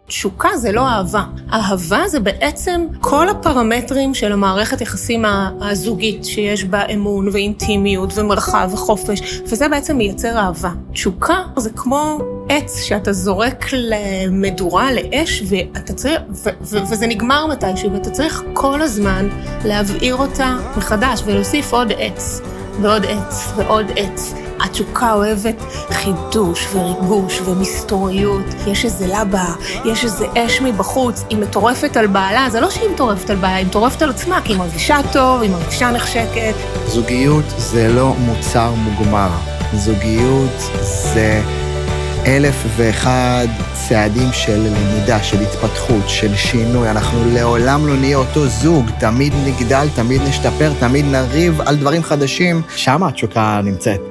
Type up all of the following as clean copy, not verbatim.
תשוקה זה לא אהבה. אהבה זה בעצם כל הפרמטרים של המערכת יחסים הזוגית שיש בה אמון ואינטימיות ומרחב וחופש, וזה בעצם מייצר אהבה. תשוקה זה כמו עץ שאתה זורק למדורה, לאש, וזה נגמר מתישהו, ואתה צריך כל הזמן להבעיר אותה מחדש ולהוסיף עוד עץ ועוד עץ ועוד עץ. התשוקה אוהבת חידוש וריגוש ומסתוריות. יש איזה לבה, יש איזה אש מבחוץ, היא מטורפת על בעלה. זה לא שהיא מטורפת על בעלה, היא מטורפת על עצמה, כי היא מרגישה טוב, היא מרגישה נחשקת. זוגיות זה לא מוצר מוגמר. זוגיות זה 1001 צעדים של למידה, של התפתחות, של שינוי. אנחנו לעולם לא נהיה אותו זוג, תמיד נגדל, תמיד נשתפר, תמיד נריב על דברים חדשים. שם התשוקה נמצאת.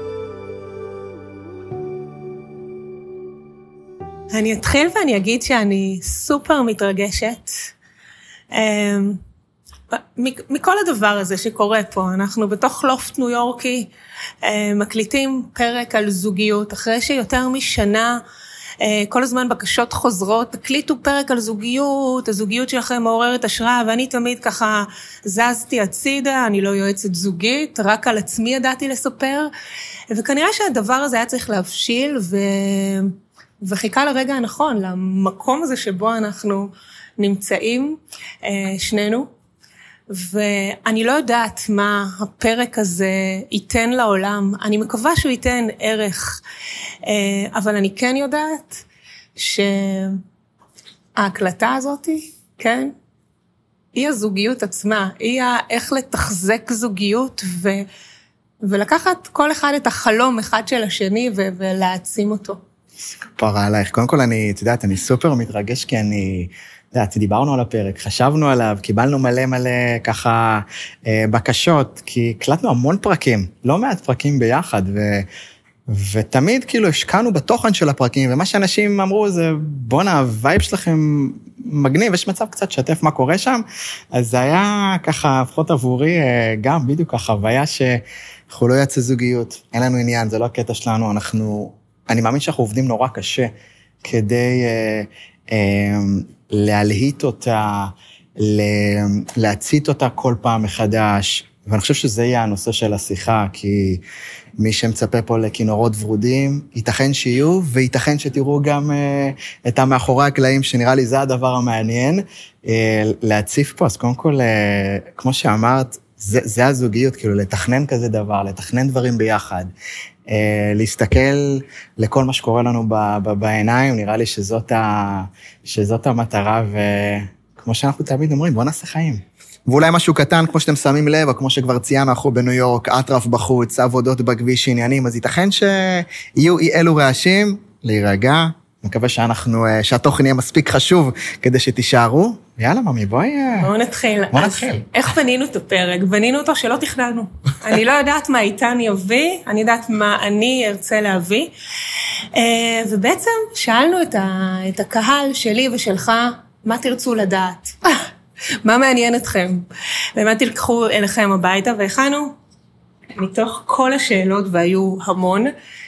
אני אתחיל ואני אגיד שאני סופר מתרגשת מכל הדבר הזה שקורה פה. אנחנו בתוך לופט ניו יורקי מקליטים פרק על זוגיות, אחרי שיותר משנה כל הזמן בקשות חוזרות, תקליטו פרק על זוגיות, הזוגיות שלכם מעוררת השראה, ואני תמיד ככה זזתי הצידה, אני לא יועצת זוגית, רק על עצמי ידעתי לספר, וכנראה שהדבר הזה היה צריך להבשיל, וחיכה לרגע הנכון, למקום הזה שבו אנחנו נמצאים, שנינו, ואני לא יודעת מה הפרק הזה ייתן לעולם, אני מקווה שהוא ייתן ערך, אבל אני כן יודעת שההקלטה הזאת, כן, היא הזוגיות עצמה, היא איך לתחזק זוגיות ולקחת כל אחד את החלום אחד של השני ולהעצים אותו. כפרה עלייך. קודם כל, אני סופר מתרגש, כי דיברנו על הפרק, חשבנו עליו, קיבלנו מלא ככה בקשות, כי הקלטנו המון פרקים, לא מעט פרקים ביחד, ותמיד כאילו השקענו בתוכן של הפרקים, ומה שאנשים אמרו זה, בונה, הווייב שלכם מגניב, יש מצב קצת שתף מה קורה שם, אז זה היה ככה, לפחות עבורי, גם בדיוק החוויה שאנחנו לא יצא זוגיות, אין לנו עניין, זה לא הקטע שלנו, אני מאמין שאנחנו עובדים נורא קשה, כדי להלהיט אותה, להצית אותה כל פעם מחדש, ואני חושב שזה יהיה הנושא של השיחה, כי מי שמצפה פה לכינורות ורודים, ייתכן שיהיו, וייתכן שתראו גם את המאחורי הקלעים, שנראה לי זה הדבר המעניין, להציף פה. אז קודם כל, כמו שאמרת, זה הזוגיות, כאילו לתכנן כזה דבר, לתכנן דברים ביחד, להסתכל לכל מה שקורה לנו בעיניים, נראה לי שזאת המטרה, וכמו שאנחנו תמיד אומרים, בוא נעשה חיים. ואולי משהו קטן, כמו שאתם שמים לב, או כמו שכבר ציינו, אנחנו בניו יורק, אטרף בחוץ, עבודות בכביש עניינים, אז ייתכן שיהיו אלו רעשים, להירגע, מקווה שהתוכן יהיה מספיק חשוב, כדי שתישארו. יאללה, ממי, בואו נתחיל. איך בנינו את הפרק? בנינו אותו שלא תכננו. אני לא יודעת מה איתן יביא, אני יודעת מה אני ארצה להביא, ובעצם שאלנו את הקהל שלי ושלך, מה תרצו לדעת? מה מעניין אתכם? ומה תלקחו אליכם הביתה? והכנו מתוך כל השאלות, והיו המון,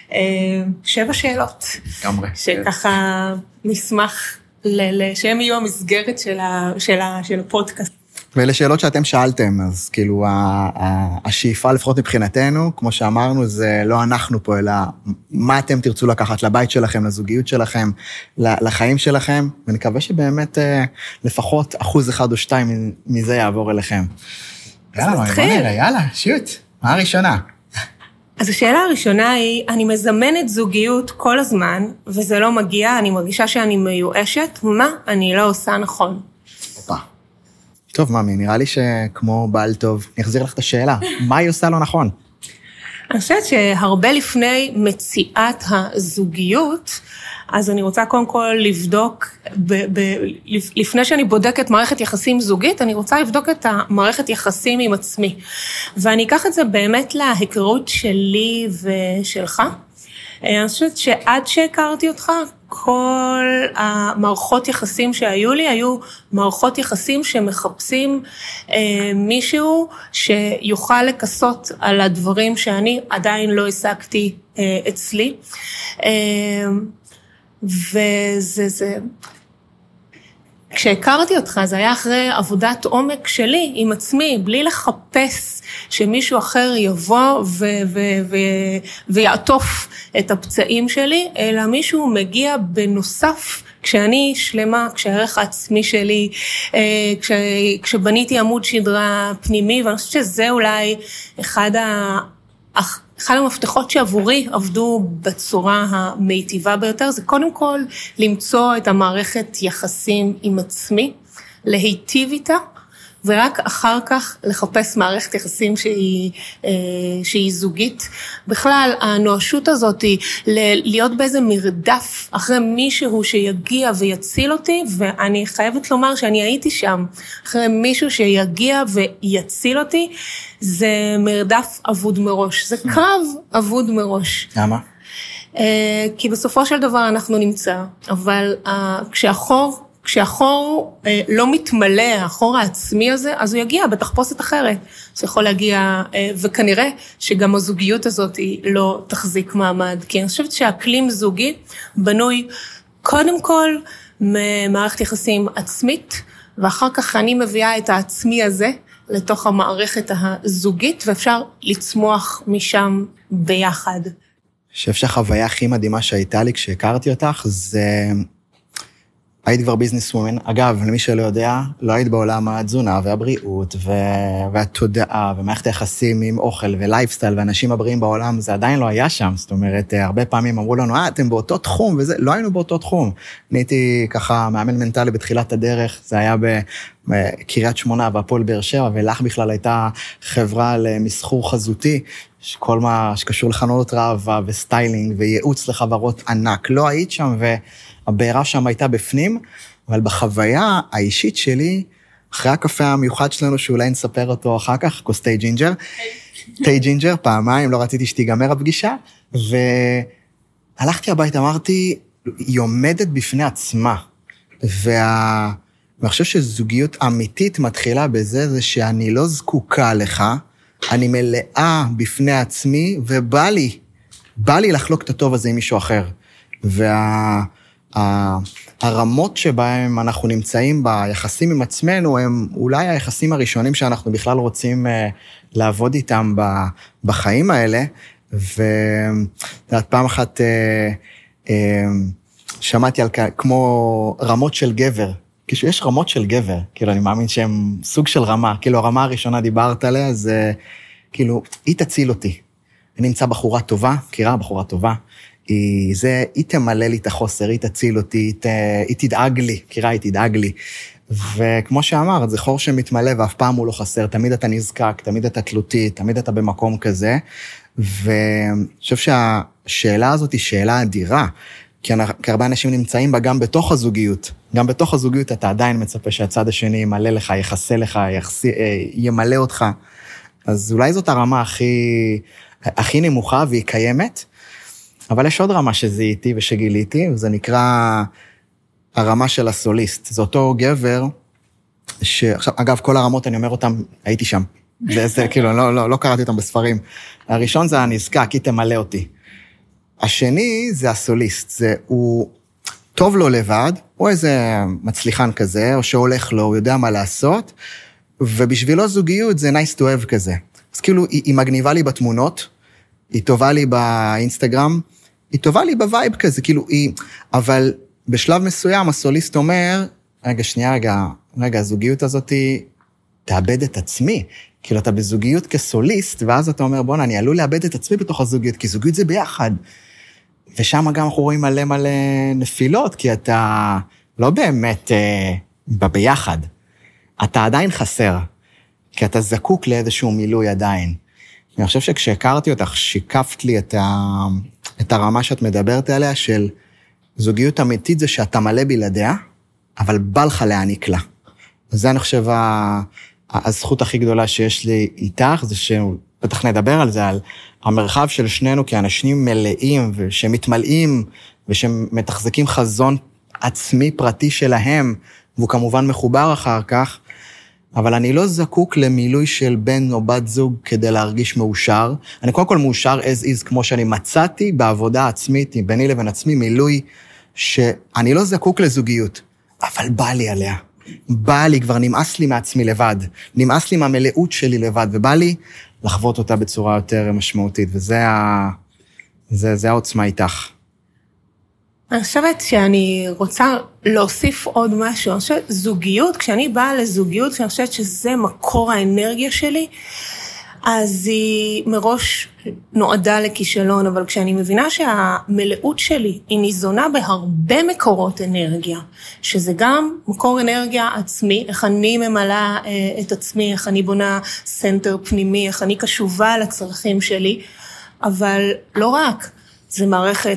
7 שאלות. גמרי. שככה נשמח שהם יהיו המסגרת של הפודקאסט. ואלה שאלות שאתם שאלתם, אז כאילו השאיפה לפחות מבחינתנו, כמו שאמרנו, זה לא אנחנו פה, אלא מה אתם תרצו לקחת לבית שלכם, לזוגיות שלכם, לחיים שלכם, ונקווה שבאמת לפחות 1% או 2% מזה יעבור אליכם. יאללה, בוא נראה, יאללה, שיוט, מה הראשונה? אז השאלה הראשונה היא, אני מזמנת זוגיות כל הזמן, וזה לא מגיע, אני מרגישה שאני מיואשת, מה אני לא עושה נכון? טוב, ממי, נראה לי שכמו בעל טוב, נחזיר לך את השאלה, מה היא עושה לא נכון? אני חושבת שהרבה לפני מציאת הזוגיות, אז אני רוצה קודם כל לבדוק, לפני שאני בודקת מערכת יחסים זוגית, אני רוצה לבדוק את המערכת יחסים עם עצמי. ואני אקח את זה באמת להיכרות שלי ושלך. אני חושבת שעד שהכרתי אותך, כל המערכות יחסים שהיו לי, היו מערכות יחסים שמחפשים מישהו שיוכל לכסות על הדברים שאני עדיין לא השגתי אצלי. וזה כשהכרתי אותך, זה היה אחרי עבודת עומק שלי עם עצמי, בלי לחפש שמישהו אחר יבוא ויעטוף את הפצעים שלי, אלא מישהו מגיע בנוסף, כשאני שלמה, כשהערך העצמי שלי, כשבניתי עמוד שדרה פנימי, ואני חושבת שזה אולי אחד המפתחות שעבורי עבדו בצורה המיטיבה ביותר, זה קודם כל למצוא את המערכת יחסים עם עצמי, להיטיב איתה, ורק אחר כך לחפש מערכת יחסים שהיא זוגית. בכלל, הנואשות הזאת היא להיות באיזה מרדף אחרי מישהו שיגיע ויציל אותי, ואני חייבת לומר שאני הייתי שם, אחרי מישהו שיגיע ויציל אותי, זה מרדף אבוד מראש, זה קרב אבוד מראש. למה? כי בסופו של דבר אנחנו נמצא, אבל כשהחור לא מתמלא, החור העצמי הזה, אז הוא יגיע בתחפושת אחרת. זה יכול להגיע, וכנראה שגם הזוגיות הזאת היא לא תחזיק מעמד. כי אני חושבת שהאקלים זוגי בנוי קודם כל ממערכת יחסים עצמית, ואחר כך אני מביאה את העצמי הזה לתוך המערכת הזוגית, ואפשר לצמוח משם ביחד. אני חושב שהחוויה הכי מדהימה שהייתה לי כשהכרתי אותך, זה היית כבר ביזנס וומן. אגב, למי שלא יודע, לא היית בעולם התזונה והבריאות והתודעה ומערכת היחסים עם אוכל ולייפסטייל ואנשים הבריאים בעולם, זה עדיין לא היה שם. זאת אומרת, הרבה פעמים אמרו לנו, אתם באותו תחום, וזה, לא היינו באותו תחום. אני הייתי ככה מאמן מנטלי בתחילת הדרך, זה היה בקריית שמונה והפועל באר שבע, ולך בכלל הייתה חברה למסחור חזותי, כל מה שקשור לחנויות ראווה וסטיילינג וייעוץ לחברות ענק. לא היית שם והבעירה שם הייתה בפנים, אבל בחוויה האישית שלי, אחרי הקפה המיוחד שלנו, שאולי נספר אותו אחר כך, כוס תה ג'ינג'ר, תה ג'ינג'ר, פעמיים, לא רציתי שתיגמר הפגישה, והלכתי הביתה, אמרתי, היא עומדת בפני עצמה, ואני חושב שזוגיות אמיתית מתחילה בזה, זה שאני לא זקוקה לך, אני מלאה בפני עצמי, ובא לי לחלוק את הטוב הזה עם מישהו אחר. והרמות שבהם אנחנו נמצאים ביחסים עם עצמנו, הם אולי היחסים הראשונים שאנחנו בכלל רוצים לעבוד איתם בחיים האלה, פעם אחת שמעתי על כמו רמות של גבר, יש רמות של גבר, כאילו אני מאמין שהם סוג של רמה, כאילו הרמה הראשונה דיברת עליה, זה כאילו, היא תציל אותי. אני נמצא בחורה טובה, מכירה בחורה טובה, היא תמלא לי את החוסר, היא תציל אותי, היא תדאג לי, מכירה, היא תדאג לי. וכמו שאמרת, זה חור שמתמלא ואף פעם הוא לא חסר, תמיד אתה נזקק, תמיד אתה תלותי, תמיד אתה במקום כזה, ואני חושב שהשאלה הזאת היא שאלה אדירה, כי הרבה אנשים נמצאים בה גם בתוך הזוגיות. גם בתוך הזוגיות אתה עדיין מצפה שהצד השני ימלא לך, יחסה לך, ימלא אותך. אז אולי זאת הרמה הכי נמוכה והיא קיימת, אבל יש עוד רמה שזיהיתי ושגיליתי, וזה נקרא הרמה של הסוליסט. זה אותו גבר, עכשיו, אגב, כל הרמות אני אומר אותם, הייתי שם. זה כאילו, לא קראתי אותם בספרים. הראשון זה הנזקק, היא תמלא אותי. השני זה הסוליסט, הוא טוב לו לבד, או איזה מצליחן כזה, או שהולך לו, הוא יודע מה לעשות, ובשבילו זוגיות זה nice to have כזה. אז כאילו, היא מגניבה לי בתמונות, היא טובה לי באינסטגרם, היא טובה לי בווייב כזה, כאילו אבל בשלב מסוים הסוליסט אומר, רגע, הזוגיות הזאת תאבד את עצמי, כאילו אתה בזוגיות כסוליסט, ואז אתה אומר, בוא, אני עלול לאבד את עצמי בתוך הזוגיות, כי זוגיות זה ביחד. ושם גם אנחנו רואים מלא נפילות, כי אתה לא באמת ביחד. אתה עדיין חסר, כי אתה זקוק לאיזשהו מילוי עדיין. אני חושב שכשהכרתי אותך, שיקפת לי את הרמה שאת מדברת עליה, של זוגיות אמיתית זה שאתה מלא בלעדיה, אבל בא לך להעניק לה. וזה אני חושב הזכות הכי גדולה שיש לי איתך, זה שבטח נדבר על זה, על המרחב של שנינו כאנשים מלאים, ושמתמלאים, ושמתחזקים חזון עצמי פרטי שלהם, והוא כמובן מחובר אחר כך, אבל אני לא זקוק למילוי של בן או בת זוג כדי להרגיש מאושר. אני קודם כל מאושר as is, כמו שאני מצאתי בעבודה עצמית, ביני לבין עצמי, מילוי שאני לא זקוק לזוגיות, אבל אבל בא לי עליה. בא לי, כבר נמאס לי מעצמי לבד. נמאס לי מהמלאות שלי לבד, ובא לי לחוות אותה בצורה יותר משמעותית, וזה העוצמה איתך. אני חושבת שאני רוצה להוסיף עוד משהו. אני חושבת, זוגיות, כשאני באה לזוגיות, כשאני חושבת שזה מקור האנרגיה שלי, אז היא מראש נועדה לכישלון, אבל כשאני מבינה שהמלאות שלי היא ניזונה בהרבה מקורות אנרגיה, שזה גם מקור אנרגיה עצמי, איך אני ממלאה את עצמי, איך אני בונה סנטר פנימי, איך אני קשובה לצרכים שלי, אבל לא רק. זה מערכת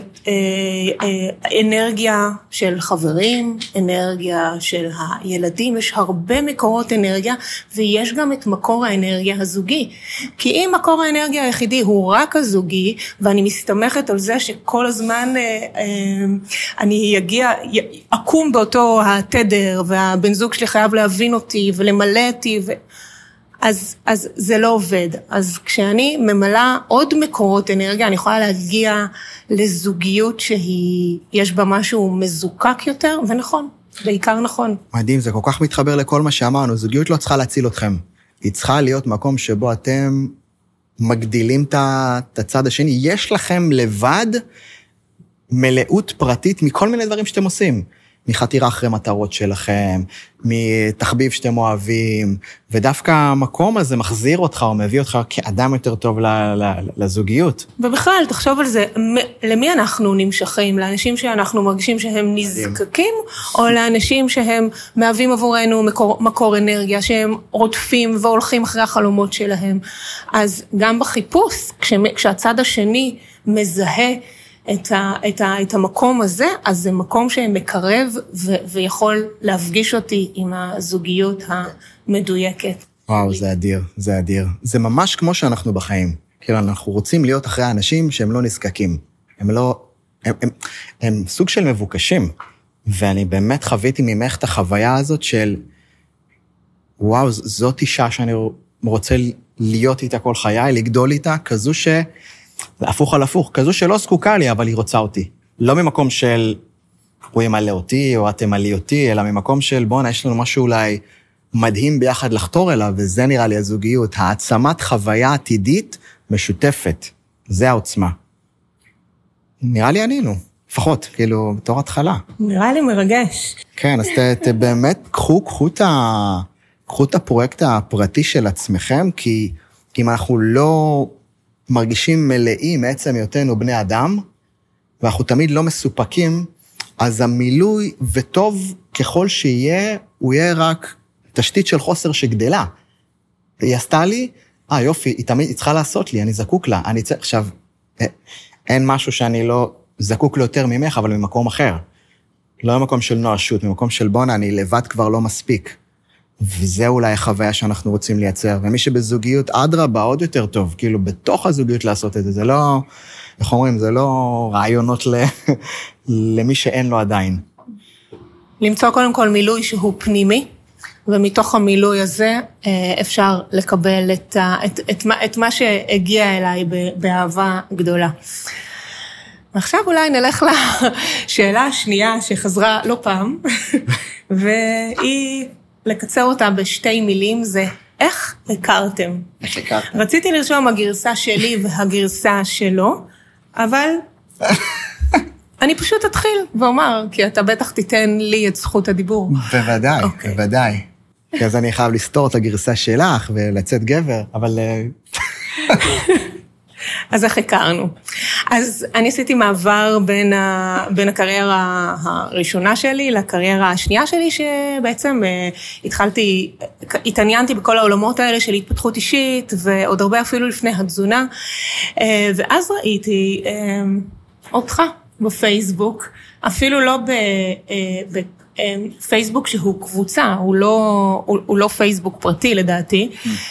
אנרגיה של חברים, אנרגיה של הילדים, יש הרבה מקורות אנרגיה, ויש גם את מקור האנרגיה הזוגי. כי אם מקור האנרגיה היחידי הוא רק הזוגי, ואני מסתמכת על זה שכל הזמן אני אקום באותו התדר, והבן זוג שלי חייב להבין אותי ולמלא אותי, אז זה לא עובד. אז כשאני ממלאה עוד מקורות אנרגיה, אני יכולה להגיע לזוגיות שיש בה משהו מזוקק יותר, ונכון, בעיקר נכון. מדהים, זה כל כך מתחבר לכל מה שאמרנו, זוגיות לא צריכה להציל אתכם. היא צריכה להיות מקום שבו אתם מגדילים את הצד השני. יש לכם לבד מלאות פרטית מכל מיני דברים שאתם עושים. מחתירה אחרי מטרות שלכם, מתחביב שאתם אוהבים, ודווקא המקום הזה מחזיר אותך, או מביא אותך כאדם יותר טוב לזוגיות. ובכלל, תחשוב על זה, למי אנחנו נמשכים? לאנשים שאנחנו מרגישים שהם נזקקים, או לאנשים שהם מהווים עבורנו מקור אנרגיה, שהם רודפים והולכים אחרי החלומות שלהם. אז גם בחיפוש, כשהצד השני מזהה את המקום הזה, אז זה מקום שמקרב ויכול להפגיש אותי עם הזוגיות המדויקת. וואו, זה אדיר, זה אדיר. זה ממש כמו שאנחנו בחיים. כאילו, אנחנו רוצים להיות אחרי האנשים שהם לא נזקקים. הם סוג של מבוקשים. ואני באמת חוויתי ממך את החוויה הזאת של, וואו, זאת אישה שאני רוצה להיות איתה כל חיי, לגדול איתה, כזו זה הפוך על הפוך, כזו שלא זקוקה לי, אבל היא רוצה אותי. לא ממקום של, הוא ימלא אותי, או את תמלאי אותי, אלא ממקום של, בוא'נה, יש לנו משהו אולי מדהים ביחד לחתור אליו, וזה נראה לי הזוגיות, העצמת חוויה עתידית משותפת. זה העוצמה. נראה לי ענינו, לפחות, כאילו, בתור התחלה. נראה לי מרגש. כן, אז באמת, קחו את הפרויקט הפרטי של עצמכם, כי אם אנחנו לא מרגישים מלאים מעצם היותנו בני אדם, ואנחנו תמיד לא מסופקים, אז המילוי וטוב ככל שיהיה, הוא יהיה רק תשתית של חוסר שגדלה. היא עשתה לי, יופי, היא תמיד צריכה לעשות לי, אני זקוק לה. עכשיו, אין משהו שאני לא זקוק לו יותר ממך, אבל ממקום אחר. לא ממקום של נואשות, ממקום של בונה, אני לבד כבר לא מספיק. וזה אולי החוויה שאנחנו רוצים לייצר, ומי שבזוגיות אדרבה עוד יותר טוב, כאילו בתוך הזוגיות לעשות את זה, זה לא, איך אומרים, זה לא רעיונות למי שאין לו עדיין. למצוא קודם כל מילוי שהוא פנימי, ומתוך המילוי הזה אפשר לקבל את מה שהגיע אליי באהבה גדולה. עכשיו אולי נלך לשאלה השנייה שחזרה לא פעם, והיא לקצר אותה בשתי מילים, זה איך הכרתם? איך הכרתם? רציתי לרשום הגרסה שלי והגרסה שלו, אבל אני פשוט אתחיל ואומר, כי אתה בטח תיתן לי את זכות הדיבור. בוודאי, בוודאי. כי אז אני חייב לסתור את הגרסה שלך ולצאת גבר, אבל אז איך הכרנו? אז אני עשיתי מעבר בין הקריירה הראשונה שלי לקריירה השנייה שלי, שבעצם התעניינתי בכל העולמות האלה של התפתחות אישית, ועוד הרבה אפילו לפני התזונה, ואז ראיתי אותך בפייסבוק, אפילו לא בפייסבוק שהוא קבוצה, הוא לא פייסבוק פרטי לדעתי,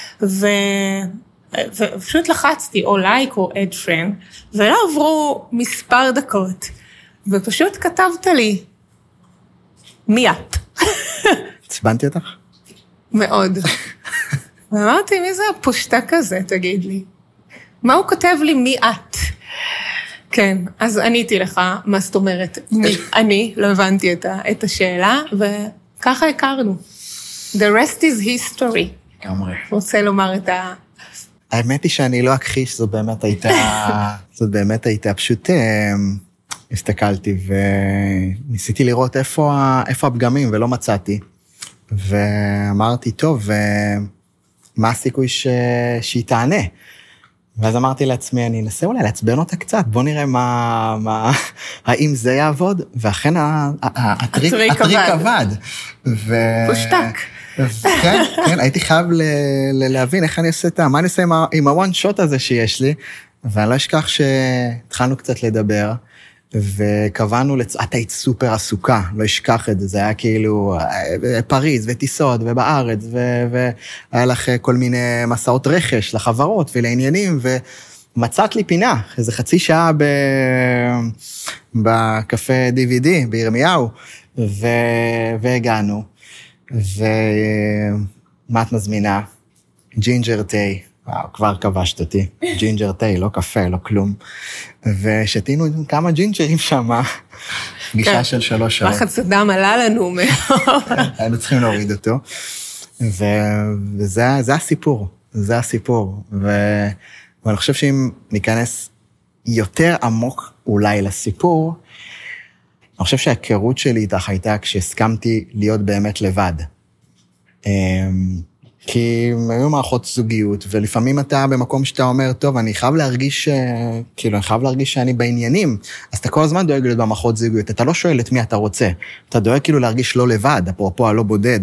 ופשוט לחצתי או לייק או אד פרנד, ולא עברו מספר דקות, ופשוט כתבת לי, מי את? הצבנתי אותך? מאוד. ואמרתי, מי זה הפושטה כזה, תגיד לי? מה הוא כותב לי, מי את? כן, אז עניתי לך, מה זאת אומרת, אני לא הבנתי את השאלה, ככה הכרנו. The rest is history. כמובן. רוצה לומר את האמת היא שאני לא אכחיש, זאת באמת הייתה, פשוט הסתכלתי וניסיתי לראות איפה הפגמים ולא מצאתי. ואמרתי, טוב, מה הסיכוי שהיא תענה? ואז אמרתי לעצמי, אני אנסה אולי לעצבן אותה קצת, בוא נראה האם זה יעבוד, ואכן הטריק עבד. פושטק. כן, הייתי חייב להבין איך אני עושה מה אני עושה עם הוואן שוט הזה שיש לי, ואני לא אשכח שהתחלנו קצת לדבר, וקבענו, את היית סופר עסוקה, לא אשכח את זה, זה היה כאילו פריז וטיסות ובארץ, והיה לך כל מיני מסעות רכש לחברות ולעניינים, ומצאת לי פינה, איזה חצי שעה בקפה DVD בירמיהו, והגענו, ומה את מזמינה? ג'ינג'ר טיי. וואו, כבר כבשת אותי. ג'ינג'ר טיי, לא קפה, לא כלום. ושתינו כמה ג'ינג'רים שם, פגישה של 3 שעות. לחץ הדם עלה לנו מאוד. היינו צריכים להוריד אותו. וזה הסיפור, זה הסיפור. ואני חושב שאם ניכנס יותר עמוק אולי לסיפור, אני חושב שההיכרות שלי איתך הייתה כשהסכמתי להיות באמת לבד. כי היו מערכות זוגיות, ולפעמים אתה במקום שאתה אומר, טוב, אני חייב להרגיש, אני חייב להרגיש שאני בעניינים, אז אתה כל הזמן דואג להיות במערכות זוגיות, אתה לא שואל את מי אתה רוצה, אתה דואג כאילו להרגיש לא לבד, אפרופו הלא בודד,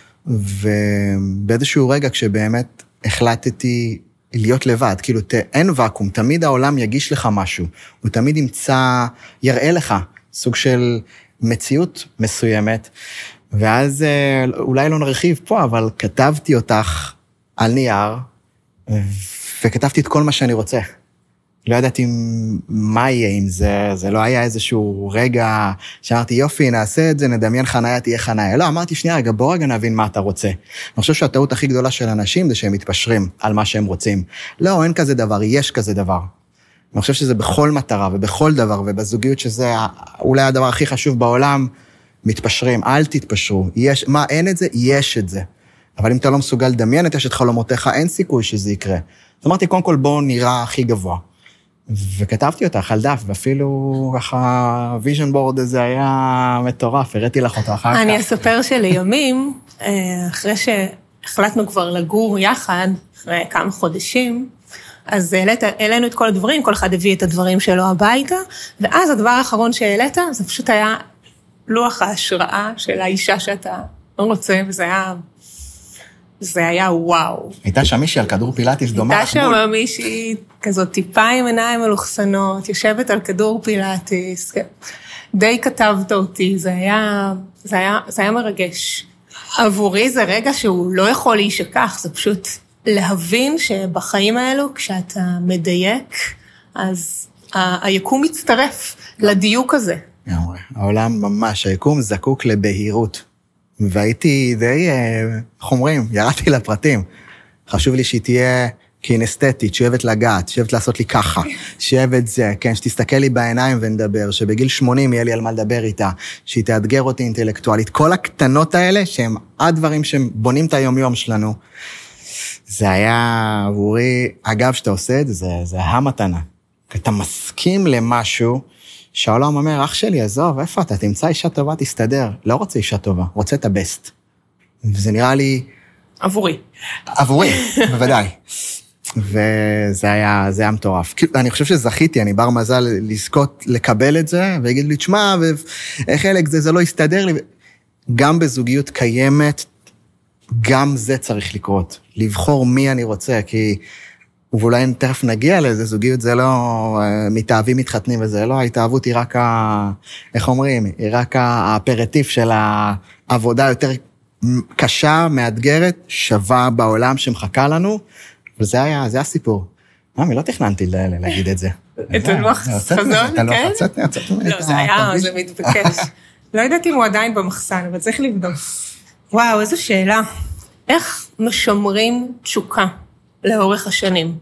ובאיזשהו רגע כשבאמת החלטתי להיות לבד, כאילו אין ואקום, תמיד העולם יגיש לך משהו, הוא תמיד יראה לך סוג של מציאות מסוימת, ואז אולי לא נרחיב פה, אבל כתבתי אותך על נייר, וכתבתי את כל מה שאני רוצה. לא ידעתי מה יהיה עם זה, זה לא היה איזשהו רגע שאמרתי, יופי, נעשה את זה, נדמיין חניה, תהיה חניה. לא, אמרתי, שנייה, רגע, בוא רגע נבין מה אתה רוצה. אני חושב שהטעות הכי גדולה של אנשים זה שהם מתפשרים על מה שהם רוצים. לא, אין כזה דבר, יש כזה דבר. אני חושב שזה בכל מטרה ובכל דבר, ובזוגיות שזה אולי הדבר הכי חשוב בעולם, מתפשרים, אל תתפשרו. מה, אין את זה? יש את זה. אבל אם אתה לא מסוגל לדמיין את אשת חלומותיך, אין סיכוי שזה יקרה. אז אמרתי, קודם כל בוא נראה הכי גבוה. וכתבתי אותך על דף, ואפילו ככה, ויז'ן בורד הזה היה מטורף, הראיתי לך אותו אחר כך. אני אספר שלימים, אחרי שהחלטנו כבר לגור יחד, אחרי כמה חודשים, אז העלינו את כל הדברים, כל אחד הביא את הדברים שלו הביתה, ואז הדבר האחרון שהעלית, זה פשוט היה לוח ההשראה של האישה שאתה רוצה, וזה היה וואו. הייתה שם מישהי על כדור פילאטיס דומה. הייתה שם מישהי כזאת טיפה עם עיניים מלוכסנות, יושבת על כדור פילאטיס, די כתבת אותי, זה היה מרגש. עבורי זה רגע שהוא לא יכול להישכח, זה פשוט להבין שבחיים האלו, כשאתה מדייק, אז היקום מצטרף לדיוק הזה. העולם ממש, היקום זקוק לבהירות. והייתי די, איך אומרים, ירדתי לפרטים. חשוב לי שהיא תהיה קינסתטית, שאוהבת לגעת, שאוהבת לעשות לי ככה, שאוהבת זה, כן, שתסתכל לי בעיניים ונדבר, שבגיל 80 יהיה לי על מה לדבר איתה, שהיא תאתגר אותי אינטלקטואלית. כל הקטנות האלה, שהם הדברים שהם בונים את היום-יום שלנו, זה היה עבורי, אגב, שאתה עושה את זה, זה המתנה. אתה מסכים למשהו, שהעולם אומר, אח שלי, עזוב, איפה אתה? תמצא אישה טובה, תסתדר. לא רוצה אישה טובה, רוצה את הבסט. וזה נראה לי... עבורי, בוודאי. וזה היה מטורף. אני חושב שזכיתי, אני בר מזל לזכות לקבל את זה, ויגיד לי, תשמע, וחלק זה לא יסתדר לי. גם בזוגיות קיימת, גם זה צריך לקרות. לבחור מי אני רוצה, כי... ואולי תכף נגיע לזה, זוגיות זה לא מתאהבים מתחתנים וזה, לא, ההתאהבות היא רק, איך אומרים, היא רק האפרטיב של העבודה יותר קשה, מאתגרת, שווה בעולם שמחכה לנו, וזה היה הסיפור. ממי, לא תכננתי להגיד את זה. את הלוח חזון, כן? לא, זה היה, זה מתבקש. לא יודעת אם הוא עדיין במחסן, אבל צריך לבדוק. וואו, איזו שאלה. איך משמרים תשוקה? לאורך השנים.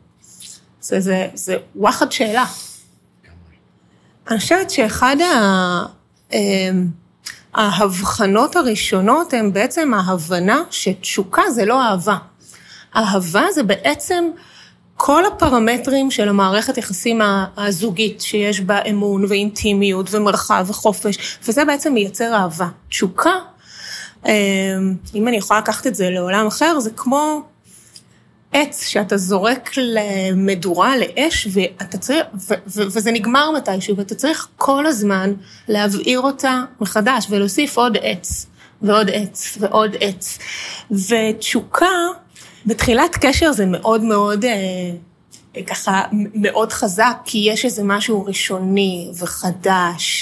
זה וואחד שאלה. אני חושבת שאחד ההבחנות הראשונות הן בעצם ההבנה שתשוקה זה לא אהבה. אהבה זה בעצם כל הפרמטרים של המערכת יחסים הזוגית שיש בה אמון ואינטימיות ומרחב וחופש, וזה בעצם מייצר אהבה. תשוקה, אם אני יכולה לקחת את זה לעולם אחר, זה כמו עץ שאתה זורק למדורה, לאש, ואתה צריך, וזה נגמר מתישהו, ואתה צריך כל הזמן להבעיר אותה מחדש, ולהוסיף עוד עץ, ועוד עץ, ועוד עץ. ותשוקה, בתחילת קשר זה מאוד מאוד, ככה מאוד חזק, כי יש איזה משהו ראשוני וחדש,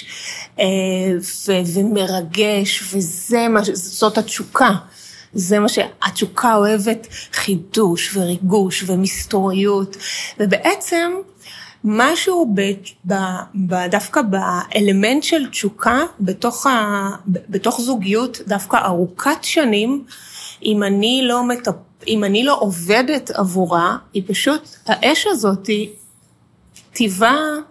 ומרגש, זאת התשוקה. זה מה שהתשוקה אוהבת, חידוש וריגוש ומסתוריות, ובעצם משהו דווקא באלמנט של תשוקה, בתוך זוגיות דווקא ארוכת שנים, אם אני לא עובדת עבורה, היא פשוט, האש הזאת היא טבעה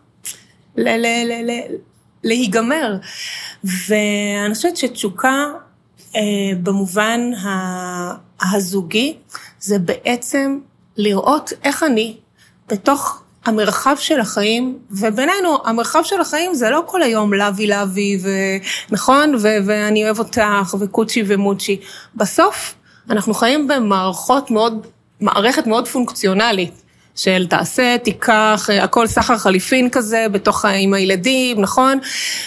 להיגמר, ואני חושבת שתשוקה, במובן הזוגי, זה בעצם לראות איך אני, בתוך המרחב של החיים, ובינינו, המרחב של החיים זה לא כל היום לוי, נכון, ואני אוהב אותך, וקוצ'י ומוצ'י. בסוף, אנחנו חיים מערכת מאוד פונקציונלית, של תעשה, תיקח, הכל סחר חליפין כזה, עם הילדים, נכון?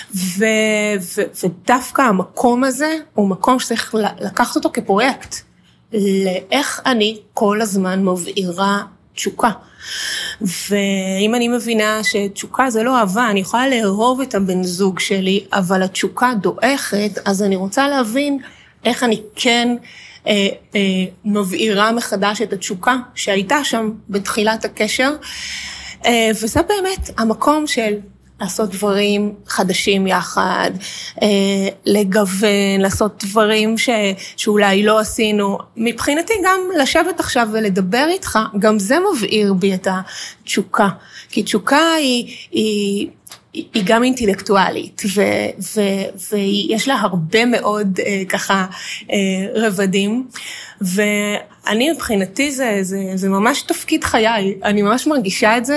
ודווקא המקום הזה, הוא מקום שצריך לקחת אותו כפרויקט, לאיך אני כל הזמן מבעירה תשוקה. ואם אני מבינה שתשוקה זה לא אהבה, אני יכולה לאהוב את הבן זוג שלי, אבל התשוקה דועכת, אז אני רוצה להבין איך אני כן מבעירה מחדש את התשוקה שהייתה שם בתחילת הקשר, וזה באמת המקום של לעשות דברים חדשים יחד, לגוון, לעשות דברים שאולי לא עשינו. מבחינתי גם לשבת עכשיו ולדבר איתך, גם זה מבעיר בי את התשוקה, כי תשוקה היא גם אינטלקטואלית, ויש לה הרבה מאוד ככה רבדים, ואני מבחינתי זה ממש תפקיד חיי, אני ממש מרגישה את זה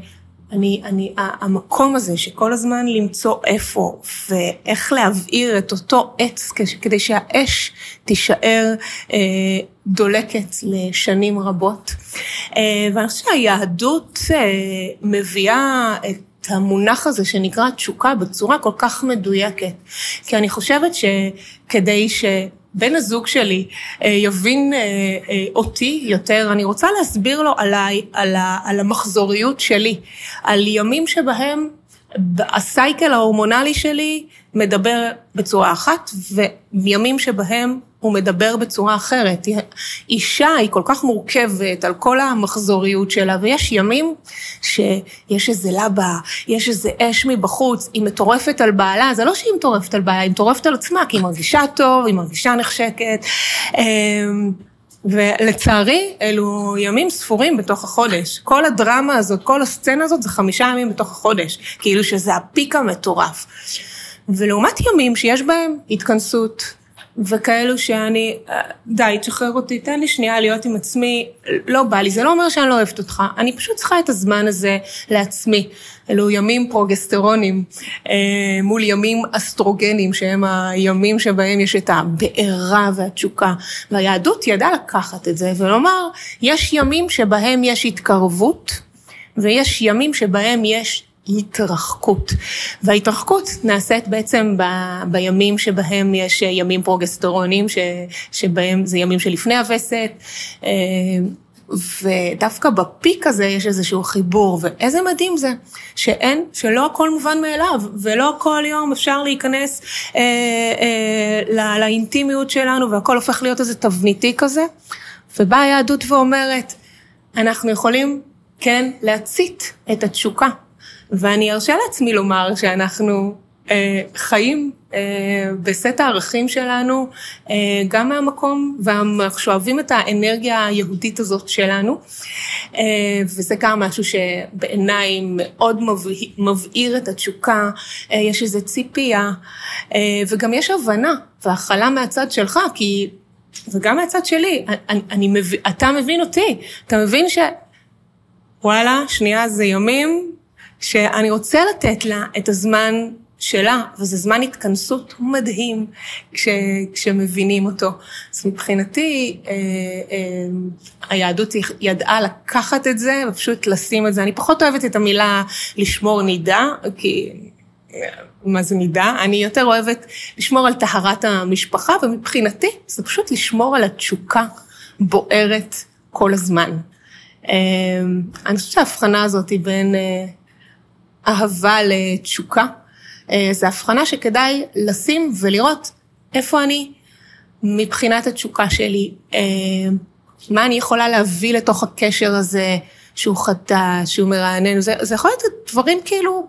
המקום הזה שכל הזמן למצוא איפה, ואיך להבעיר את אותו עץ, כדי שהאש תישאר דולקת לשנים רבות. ואני חושבת שהיהדות מביאה את המונח הזה שנקרא תשוקה בצורה כל כך מדויקת, כי אני חושבת שכדי בן הזוג שלי יבין אותי יותר, אני רוצה להסביר לו עליי, על המחזוריות שלי, על ימים שבהם הסייקל ההורמונלי שלי מדבר בצורה אחת, וימים שבהם הוא מדבר בצורה אחרת. אישה היא כל כך מורכבת על כל המחזוריות שלה, ויש ימים שיש איזה לבה, יש איזה אש מבחוץ, היא מטורפת על בעלה, זה לא שהיא מטורפת על בעלה, היא מטורפת על עצמה, כי היא מרגישה טוב, היא מרגישה נחשקת, ולצערי אלו ימים ספורים בתוך החודש. כל הדרמה הזאת, כל הסצנה הזאת זה 5 ימים בתוך החודש, כאילו שזה הפיק המטורף. ולעומת ימים שיש בהם התכנסות, וכאלו שאני, די, תשחרר אותי, תן לי שנייה להיות עם עצמי, לא בא לי, זה לא אומר שאני לא אוהבת אותך, אני פשוט צריכה את הזמן הזה לעצמי, אלו ימים פרוגסטרונים, מול ימים אסטרוגנים, שהם הימים שבהם יש את הבעירה והתשוקה, והיהדות ידעה לקחת את זה, ולומר, יש ימים שבהם יש התקרבות, ויש ימים שבהם יש התרחקות, וההתרחקות נעשית בעצם בימים שבהם יש ימים פרוגסטרונים, שבהם זה ימים שלפני הווסת, ודווקא בפיק הזה יש איזשהו חיבור, ואיזה מדהים זה, שלא הכל מובן מאליו, ולא כל יום אפשר להיכנס לאינטימיות שלנו, והכל הופך להיות איזה תבניתי כזה, ובאה היהדות ואומרת, אנחנו יכולים, כן, להצית את התשוקה, ואני ארשה לעצמי לומר שאנחנו חיים בסט הערכים שלנו, גם מהמקום, ושואבים את האנרגיה היהודית הזאת שלנו, וזה גם משהו שבעיניי מאוד מבעיר את התשוקה, יש איזו ציפייה, וגם יש הבנה והכלה מהצד שלך, כי, וגם מהצד שלי, אתה מבין אותי, אתה מבין וואלה, שנייה זה ימים, שאני רוצה לתת לה את הזמן שלה, וזה זמן התכנסות מדהים כשמבינים אותו. אז מבחינתי, היהדות ידעה לקחת את זה, ופשוט לשים את זה. אני פחות אוהבת את המילה לשמור נידה, כי מה זה נידה? אני יותר אוהבת לשמור על טהרת המשפחה, ומבחינתי זה פשוט לשמור על התשוקה בוערת כל הזמן. אני חושבת שההבחנה הזאת היא בין אהבה לתשוקה, זו הבחנה שכדאי לשים ולראות איפה אני מבחינת התשוקה שלי, מה אני יכולה להביא לתוך הקשר הזה שהוא חדש, שהוא מרענן, זה יכול להיות דברים כאילו,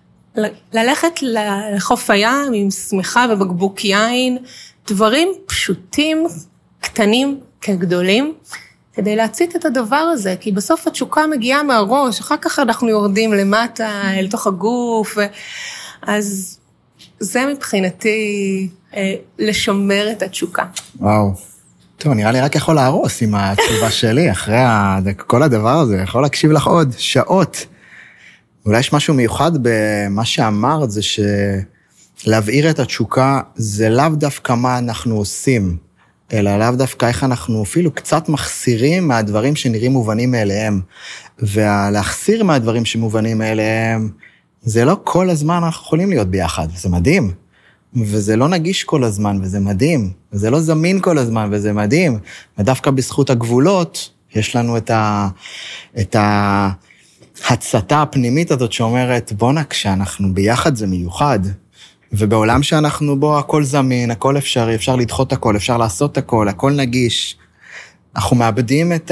ללכת לחוף הים עם שמחה ובקבוק יין, דברים פשוטים, קטנים כגדולים, כדי להציט את הדבר הזה, כי בסוף התשוקה מגיעה מהראש, אחר כך אנחנו יורדים למטה, אל תוך הגוף, אז זה מבחינתי לשמר את התשוקה. וואו. טוב, נראה לי רק יכול להרוס עם התשובה שלי, אחרי כל הדבר הזה, יכול להקשיב לך עוד שעות. אולי יש משהו מיוחד במה שאמרת, זה שלהבעיר את התשוקה, זה לאו דווקא מה אנחנו עושים, אלא לאו דווקא איך אנחנו אפילו קצת מחסירים מהדברים שנראים מובנים מאליהם, ולהחסיר מהדברים שמובנים מאליהם, זה לא כל הזמן אנחנו יכולים להיות ביחד, זה מדהים, וזה לא נגיש כל הזמן, וזה מדהים, וזה לא זמין כל הזמן, וזה מדהים, ודווקא בזכות הגבולות, יש לנו את ההצתה הפנימית הזאת שאומרת, בוא כשאנחנו ביחד זה מיוחד, ובעולם שאנחנו בו הכל זמין, הכל אפשרי, אפשר לדחות הכל, אפשר לעשות הכל, הכל נגיש, אנחנו מאבדים את